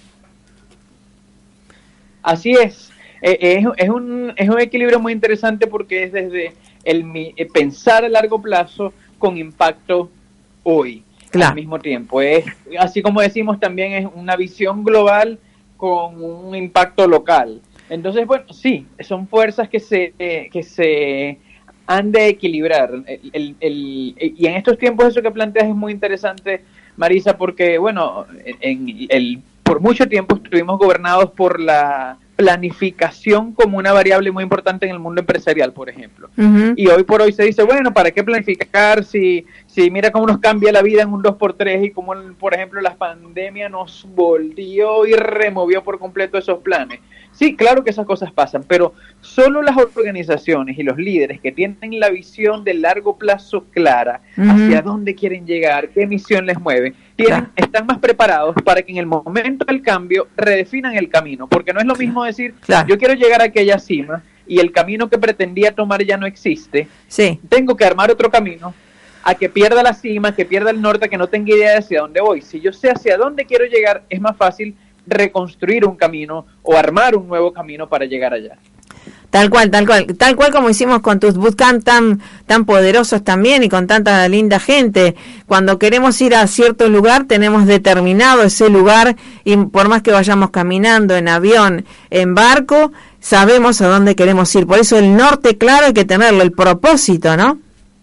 Así es. Eh, es, es, un, es un equilibrio muy interesante porque es desde el, el pensar a largo plazo con impacto hoy. claro. al mismo tiempo. Es, así como decimos, también es una visión global con un impacto local. Entonces, bueno, sí, son fuerzas que se, eh, que se han de equilibrar. El, el, el, y en estos tiempos eso que planteas es muy interesante, Marisa, porque, bueno, en el, por mucho tiempo estuvimos gobernados por la planificación como una variable muy importante en el mundo empresarial, por ejemplo. Uh-huh. Y hoy por hoy se dice, bueno, ¿para qué planificar si, si mira cómo nos cambia la vida en un dos por tres y cómo, por ejemplo, la pandemia nos volvió y removió por completo esos planes? Sí, claro que esas cosas pasan, pero solo las organizaciones y los líderes que tienen la visión de largo plazo clara, uh-huh, hacia dónde quieren llegar, qué misión les mueve, tienen, claro, están más preparados para que en el momento del cambio redefinan el camino, porque no es lo mismo decir, claro, yo quiero llegar a aquella cima y el camino que pretendía tomar ya no existe, sí, tengo que armar otro camino, a que pierda la cima, que pierda el norte, que no tenga idea de hacia dónde voy. Si yo sé hacia dónde quiero llegar, es más fácil reconstruir un camino o armar un nuevo camino para llegar allá. Tal cual, tal cual, tal cual como hicimos con tus bootcamp tan, tan poderosos también y con tanta linda gente. Cuando queremos ir a cierto lugar tenemos determinado ese lugar y por más que vayamos caminando, en avión, en barco, sabemos a dónde queremos ir. Por eso el norte, claro, hay que tenerlo, el propósito, ¿no?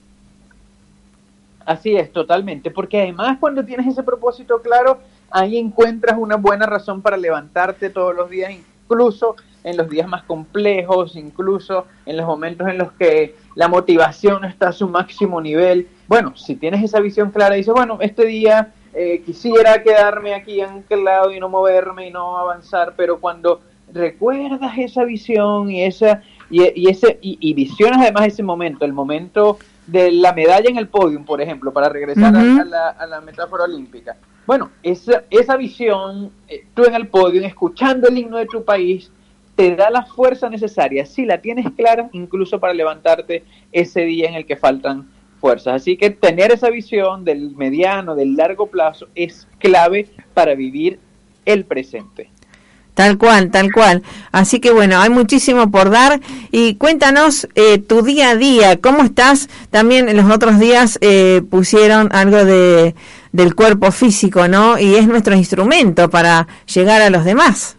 Así es, totalmente, porque además cuando tienes ese propósito claro, ahí encuentras una buena razón para levantarte todos los días, incluso en los días más complejos, incluso en los momentos en los que la motivación está a su máximo nivel. Bueno, si tienes esa visión clara y dices, bueno, este día eh, quisiera quedarme aquí anclado y no moverme y no avanzar, pero cuando recuerdas esa visión y esa y, y ese y, y visionas además ese momento, el momento de la medalla en el podium, por ejemplo, para regresar uh-huh. a, a, la, a la metáfora olímpica. Bueno, esa, esa visión, eh, tú en el podio, escuchando el himno de tu país, te da la fuerza necesaria, si la tienes clara, incluso para levantarte ese día en el que faltan fuerzas. Así que tener esa visión del mediano, del largo plazo, es clave para vivir el presente. Tal cual, tal cual. Así que bueno, hay muchísimo por dar y cuéntanos eh, tu día a día, ¿cómo estás? También en los otros días eh, pusieron algo de del cuerpo físico, ¿no? Y es nuestro instrumento para llegar a los demás.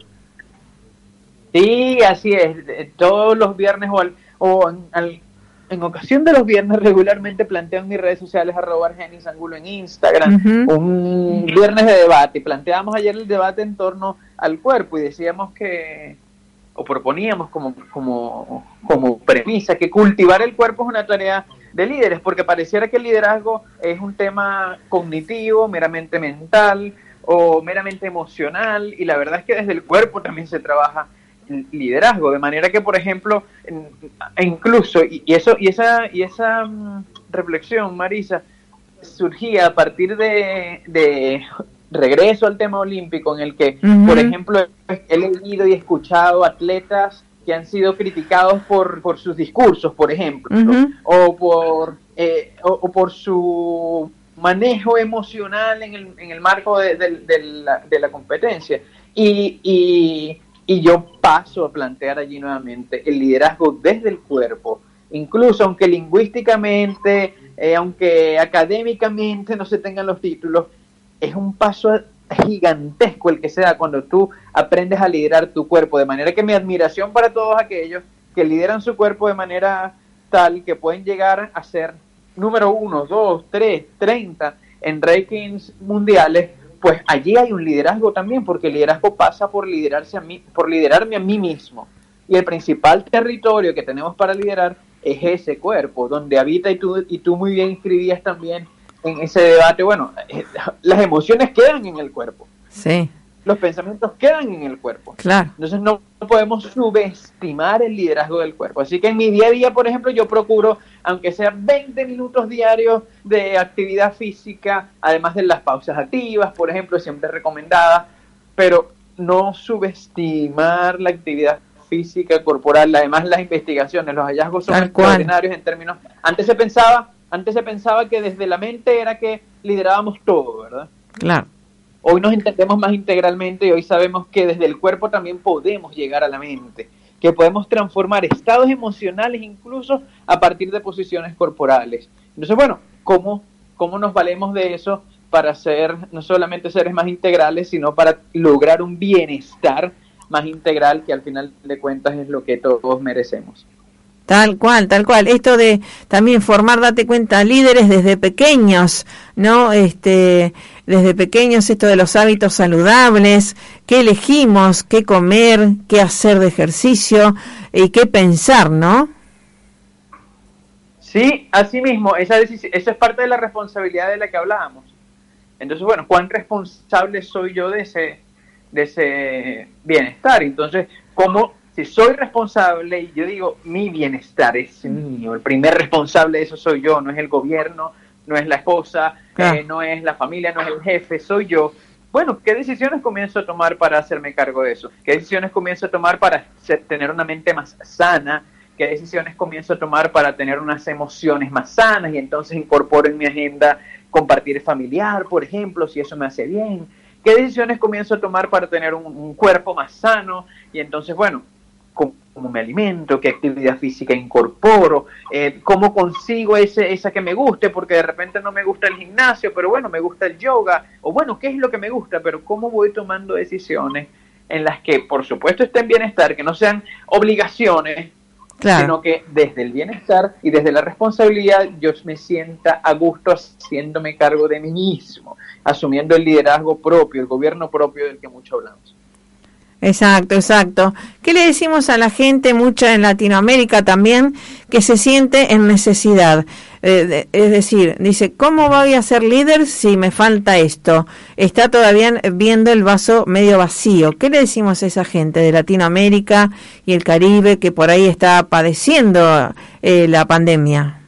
Sí, así es. Todos los viernes o, al, o en, al, en ocasión de los viernes regularmente planteo en mis redes sociales arroba Argenis Angulo en Instagram uh-huh. un viernes de debate. Planteamos ayer el debate en torno al cuerpo y decíamos que, o proponíamos como, como, como premisa, que cultivar el cuerpo es una tarea de líderes, porque pareciera que el liderazgo es un tema cognitivo, meramente mental o meramente emocional, y la verdad es que desde el cuerpo también se trabaja el liderazgo, de manera que, por ejemplo, en, incluso, y, y eso y esa y esa um, reflexión, Marisa, surgía a partir de, de regreso al tema olímpico, en el que, uh-huh. por ejemplo, he leído y escuchado atletas que han sido criticados por, por sus discursos, por ejemplo, uh-huh. o por eh, o, o por su manejo emocional en el, en el marco de, de, de, la, de la competencia. Y, y, y yo paso a plantear allí nuevamente el liderazgo desde el cuerpo, incluso aunque lingüísticamente, eh, aunque académicamente no se tengan los títulos, es un paso gigantesco el que se da cuando tú aprendes a liderar tu cuerpo, de manera que mi admiración para todos aquellos que lideran su cuerpo de manera tal que pueden llegar a ser número uno, dos, tres, treinta en rankings mundiales, pues allí hay un liderazgo también, porque el liderazgo pasa por liderarse a mí, por liderarme a mí mismo, y el principal territorio que tenemos para liderar es ese cuerpo, donde habita, y tú, y tú muy bien escribías también en ese debate, bueno, las emociones quedan en el cuerpo. Sí. Los pensamientos quedan en el cuerpo. Claro. Entonces no podemos subestimar el liderazgo del cuerpo. Así que en mi día a día, por ejemplo, yo procuro, aunque sean veinte minutos diarios de actividad física, además de las pausas activas, por ejemplo, siempre recomendadas, pero no subestimar la actividad física corporal. Además, las investigaciones, los hallazgos son extraordinarios en términos... Antes se pensaba... Antes se pensaba que desde la mente era que liderábamos todo, ¿verdad? Claro. Hoy nos entendemos más integralmente y hoy sabemos que desde el cuerpo también podemos llegar a la mente, que podemos transformar estados emocionales incluso a partir de posiciones corporales. Entonces, bueno, ¿cómo, cómo nos valemos de eso? para ser no solamente seres más integrales, sino para lograr un bienestar más integral, que al final de cuentas es lo que todos merecemos. Tal cual, tal cual. Esto de también formar, date cuenta, líderes desde pequeños, ¿no? Este, desde pequeños, esto de los hábitos saludables, qué elegimos, qué comer, qué hacer de ejercicio y qué pensar, ¿no? Sí, así mismo, esa decisión, eso es parte de la responsabilidad de la que hablábamos. Entonces, bueno, ¿cuán responsable soy yo de ese, de ese bienestar? Entonces, ¿cómo? Si soy responsable, y yo digo, mi bienestar es mío, el primer responsable de eso soy yo, no es el gobierno, no es la esposa, claro. eh, no es la familia, no es el jefe, soy yo. Bueno, ¿qué decisiones comienzo a tomar para hacerme cargo de eso? ¿Qué decisiones comienzo a tomar para ser, tener una mente más sana? ¿Qué decisiones comienzo a tomar para tener unas emociones más sanas? Y entonces incorporo en mi agenda compartir familiar, por ejemplo, si eso me hace bien. ¿Qué decisiones comienzo a tomar para tener un, un cuerpo más sano? Y entonces, bueno, cómo me alimento, qué actividad física incorporo, eh, cómo consigo ese, esa que me guste, porque de repente no me gusta el gimnasio, pero bueno, me gusta el yoga, o bueno, qué es lo que me gusta, pero cómo voy tomando decisiones en las que, por supuesto, estén bienestar, que no sean obligaciones, claro, sino que desde el bienestar y desde la responsabilidad yo me sienta a gusto haciéndome cargo de mí mismo, asumiendo el liderazgo propio, el gobierno propio del que mucho hablamos. Exacto, exacto. ¿Qué le decimos a la gente, mucha en Latinoamérica también, que se siente en necesidad? Eh, de, es decir, dice, ¿cómo voy a ser líder si me falta esto? Está todavía viendo el vaso medio vacío. ¿Qué le decimos a esa gente de Latinoamérica y el Caribe que por ahí está padeciendo eh, la pandemia?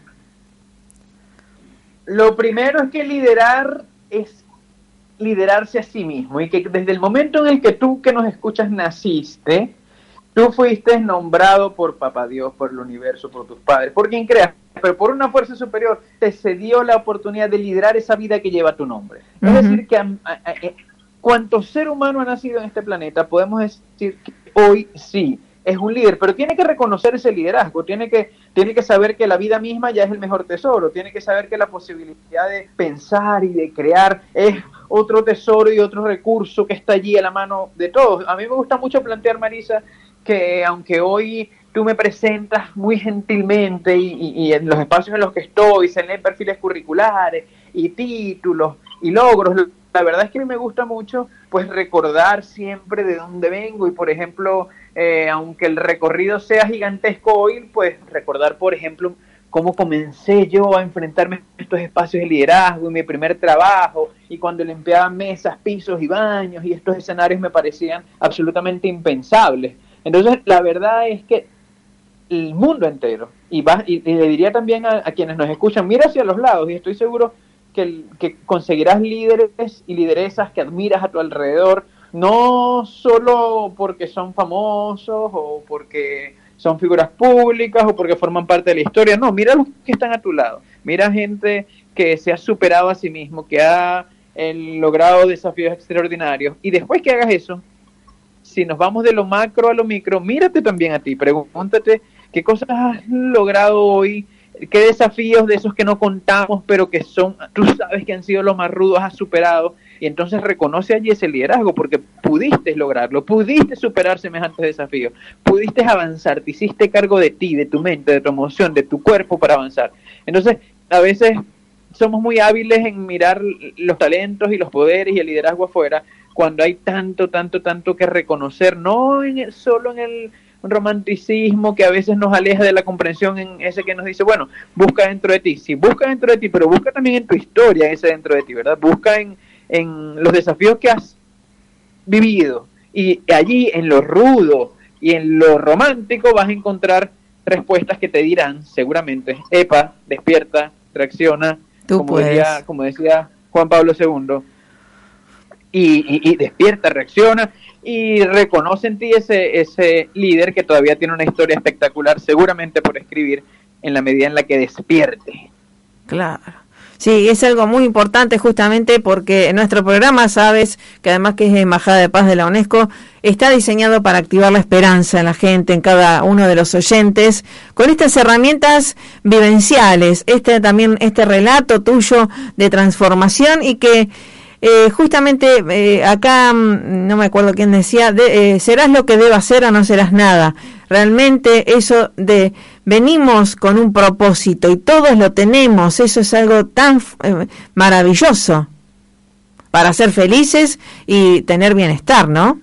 Lo primero es que liderar es liderarse a sí mismo, y que desde el momento en el que tú que nos escuchas naciste, tú fuiste nombrado por Papá Dios, por el universo, por tus padres, por quien creas, pero por una fuerza superior te cedió la oportunidad de liderar esa vida que lleva tu nombre. Uh-huh. Es decir, que a, a, a, cuanto ser humano ha nacido en este planeta, podemos decir que hoy sí es un líder, pero tiene que reconocer ese liderazgo, tiene que, tiene que saber que la vida misma ya es el mejor tesoro, tiene que saber que la posibilidad de pensar y de crear es otro tesoro y otro recurso que está allí a la mano de todos. A mí me gusta mucho plantear, Marisa, que aunque hoy tú me presentas muy gentilmente y, y, y en los espacios en los que estoy se leen perfiles curriculares y títulos y logros, la verdad es que a mí me gusta mucho pues recordar siempre de dónde vengo y, por ejemplo, eh, aunque el recorrido sea gigantesco hoy, pues recordar, por ejemplo, cómo comencé yo a enfrentarme a estos espacios de liderazgo y mi primer trabajo, y cuando limpiaba mesas, pisos y baños, y estos escenarios me parecían absolutamente impensables. Entonces, la verdad es que el mundo entero, y, va, y, y le diría también a, a quienes nos escuchan, mira hacia los lados, y estoy seguro que, que conseguirás líderes y lideresas que admiras a tu alrededor, no solo porque son famosos o porque son figuras públicas o porque forman parte de la historia, no, mira los que están a tu lado, mira gente que se ha superado a sí mismo, que ha eh, logrado desafíos extraordinarios, y después que hagas eso, si nos vamos de lo macro a lo micro, mírate también a ti, pregúntate qué cosas has logrado hoy, qué desafíos de esos que no contamos, pero que son, tú sabes que han sido los más rudos, has superado, y entonces reconoce allí ese liderazgo, porque pudiste lograrlo, pudiste superar semejantes desafíos, pudiste avanzar, te hiciste cargo de ti, de tu mente, de tu emoción, de tu cuerpo para avanzar. Entonces, a veces somos muy hábiles en mirar los talentos y los poderes y el liderazgo afuera, cuando hay tanto, tanto, tanto que reconocer, no en el, solo en el romanticismo que a veces nos aleja de la comprensión, en ese que nos dice, bueno, busca dentro de ti, sí, busca dentro de ti, pero busca también en tu historia ese dentro de ti, ¿verdad? Busca en, en los desafíos que has vivido, y allí en lo rudo y en lo romántico vas a encontrar respuestas que te dirán seguramente, epa, despierta, reacciona, como decía, como decía Juan Pablo segundo, y, y, y despierta, reacciona y reconoce en ti ese, ese líder que todavía tiene una historia espectacular, seguramente por escribir, en la medida en la que despierte. Claro. Sí, es algo muy importante justamente porque nuestro programa, sabes, que además que es Embajada de Paz de la UNESCO, está diseñado para activar la esperanza en la gente, en cada uno de los oyentes, con estas herramientas vivenciales, este también, este relato tuyo de transformación y que eh, justamente eh, acá, no me acuerdo quién decía, de, eh, serás lo que debas ser o no serás nada. Realmente eso de venimos con un propósito y todos lo tenemos, eso es algo tan eh, maravilloso para ser felices y tener bienestar, ¿no?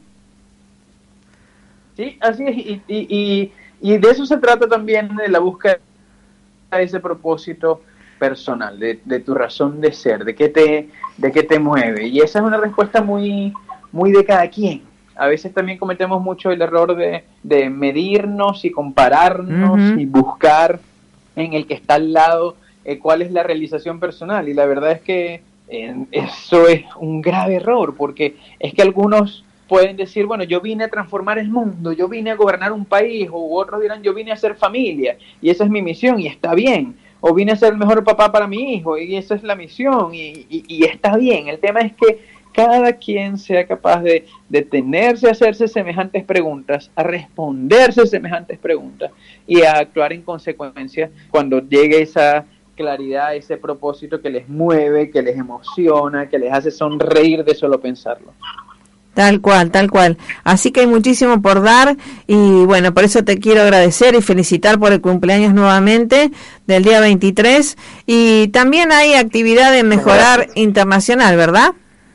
Sí, así es, y, y, y, y de eso se trata también, de la búsqueda de ese propósito personal, de, de tu razón de ser, de qué te, de qué te mueve, y esa es una respuesta muy, muy de cada quien. A veces también cometemos mucho el error de, de medirnos y compararnos uh-huh. y buscar en el que está al lado eh, cuál es la realización personal. Y la verdad es que eh, eso es un grave error, porque es que algunos pueden decir, bueno, yo vine a transformar el mundo, yo vine a gobernar un país, o otros dirán, yo vine a hacer familia, y esa es mi misión, y está bien. O vine a ser el mejor papá para mi hijo, y esa es la misión, y, y, y está bien. El tema es que cada quien sea capaz de detenerse a hacerse semejantes preguntas, a responderse semejantes preguntas y a actuar en consecuencia cuando llegue esa claridad, ese propósito que les mueve, que les emociona, que les hace sonreír de solo pensarlo. Tal cual, tal cual. Así que hay muchísimo por dar y bueno, por eso te quiero agradecer y felicitar por el cumpleaños nuevamente del día veintitrés. Y también hay actividad de Mejorar Gracias. Internacional, ¿verdad?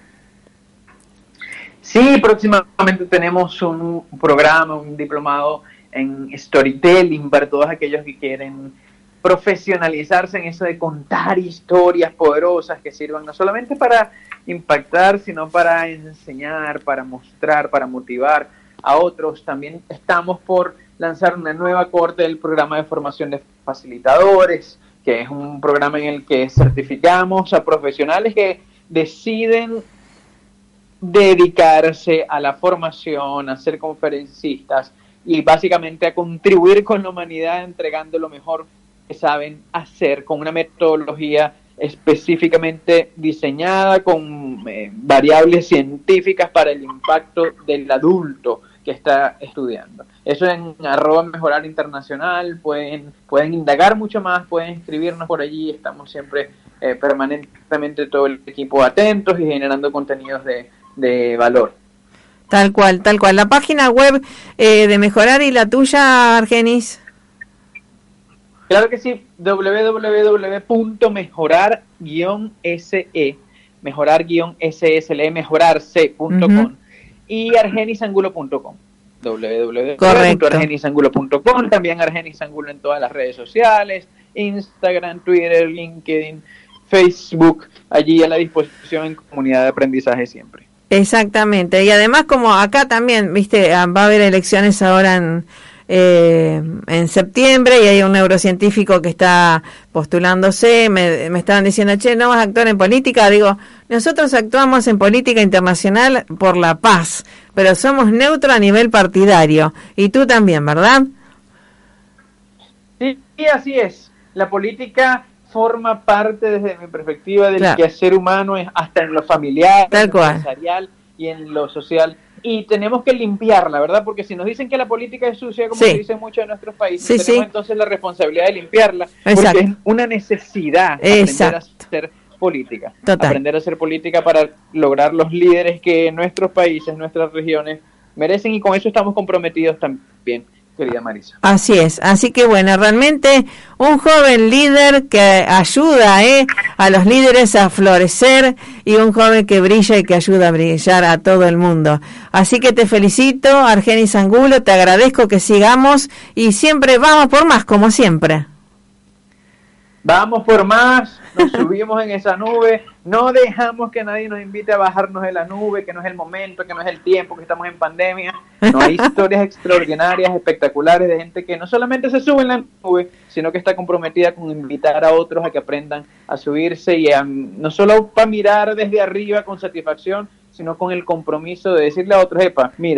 Sí, próximamente tenemos un programa, un diplomado en storytelling para todos aquellos que quieren profesionalizarse en eso de contar historias poderosas que sirvan no solamente para impactar, sino para enseñar, para mostrar, para motivar a otros. También estamos por lanzar una nueva cohorte del programa de formación de facilitadores, que es un programa en el que certificamos a profesionales que deciden dedicarse a la formación, a ser conferencistas y básicamente a contribuir con la humanidad entregando lo mejor que saben hacer con una metodología específicamente diseñada con eh, variables científicas para el impacto del adulto que está estudiando. Eso en arroba mejorar internacional, pueden, pueden indagar mucho más, pueden escribirnos por allí, estamos siempre eh, permanentemente todo el equipo atentos y generando contenidos de de valor. Tal cual, tal cual. La página web eh, de Mejorar y la tuya, Argenis. Claro que sí, doble u doble u doble u punto mejorar guion se, mejorar guion se, s l e, mejorarse punto com uh-huh. y argenisangulo punto com. doble u doble u doble u punto argenisangulo punto com, también Argenis Angulo en todas las redes sociales, Instagram, Twitter, LinkedIn, Facebook, allí a la disposición en comunidad de aprendizaje siempre. Exactamente, y además como acá también, viste, va a haber elecciones ahora en, eh, en septiembre y hay un neurocientífico que está postulándose, me, me estaban diciendo, che, ¿no vas a actuar en política? Digo, nosotros actuamos en política internacional por la paz, pero somos neutro a nivel partidario, y tú también, ¿verdad? Sí, así es, la política forma parte desde mi perspectiva del claro. quehacer humano, hasta en lo familiar, Tal en lo cual. empresarial y en lo social, y tenemos que limpiarla, ¿verdad? Porque si nos dicen que la política es sucia, como sí. se dice mucho en nuestros países, sí, tenemos sí. entonces la responsabilidad de limpiarla, Exacto. porque es una necesidad Exacto. aprender a hacer política, Total. aprender a hacer política para lograr los líderes que nuestros países, nuestras regiones merecen, y con eso estamos comprometidos también, querida Marisa. Así es, así que bueno, realmente un joven líder que ayuda eh, a los líderes a florecer y un joven que brilla y que ayuda a brillar a todo el mundo. Así que te felicito, Argenis Angulo, te agradezco que sigamos y siempre vamos por más, como siempre. Vamos por más, nos subimos en esa nube, no dejamos que nadie nos invite a bajarnos de la nube, que no es el momento, que no es el tiempo, que estamos en pandemia. No, hay historias extraordinarias, espectaculares de gente que no solamente se sube en la nube, sino que está comprometida con invitar a otros a que aprendan a subirse y a, no solo para mirar desde arriba con satisfacción, sino con el compromiso de decirle a otros, epa, mira,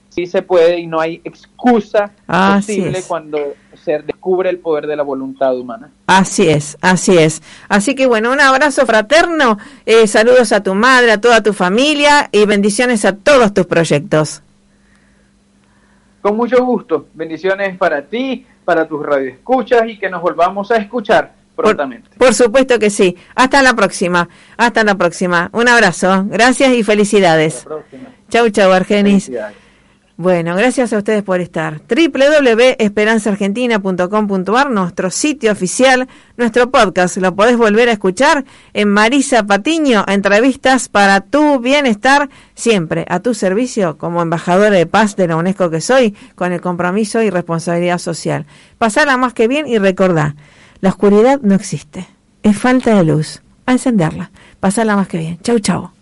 sí se puede y no hay excusa Así posible es. cuando se descubre el poder de la voluntad humana. Así es, así es. Así que bueno, un abrazo fraterno, eh, saludos a tu madre, a toda tu familia y bendiciones a todos tus proyectos. Con mucho gusto, bendiciones para ti, para tus radioescuchas y que nos volvamos a escuchar prontamente. Por, por supuesto que sí. Hasta la próxima, hasta la próxima. Un abrazo, gracias y felicidades. Hasta la próxima. Chau, chau, Argenis. Felicidades. Bueno, gracias a ustedes por estar. doble u doble u doble u punto esperanza argentina punto com punto a r, nuestro sitio oficial, nuestro podcast. Lo podés volver a escuchar en Marisa Patiño, entrevistas para tu bienestar, siempre a tu servicio como embajadora de paz de la UNESCO que soy, con el compromiso y responsabilidad social. Pasala más que bien y recordá, la oscuridad no existe, es falta de luz. A encenderla. Pasala más que bien. Chau, chau.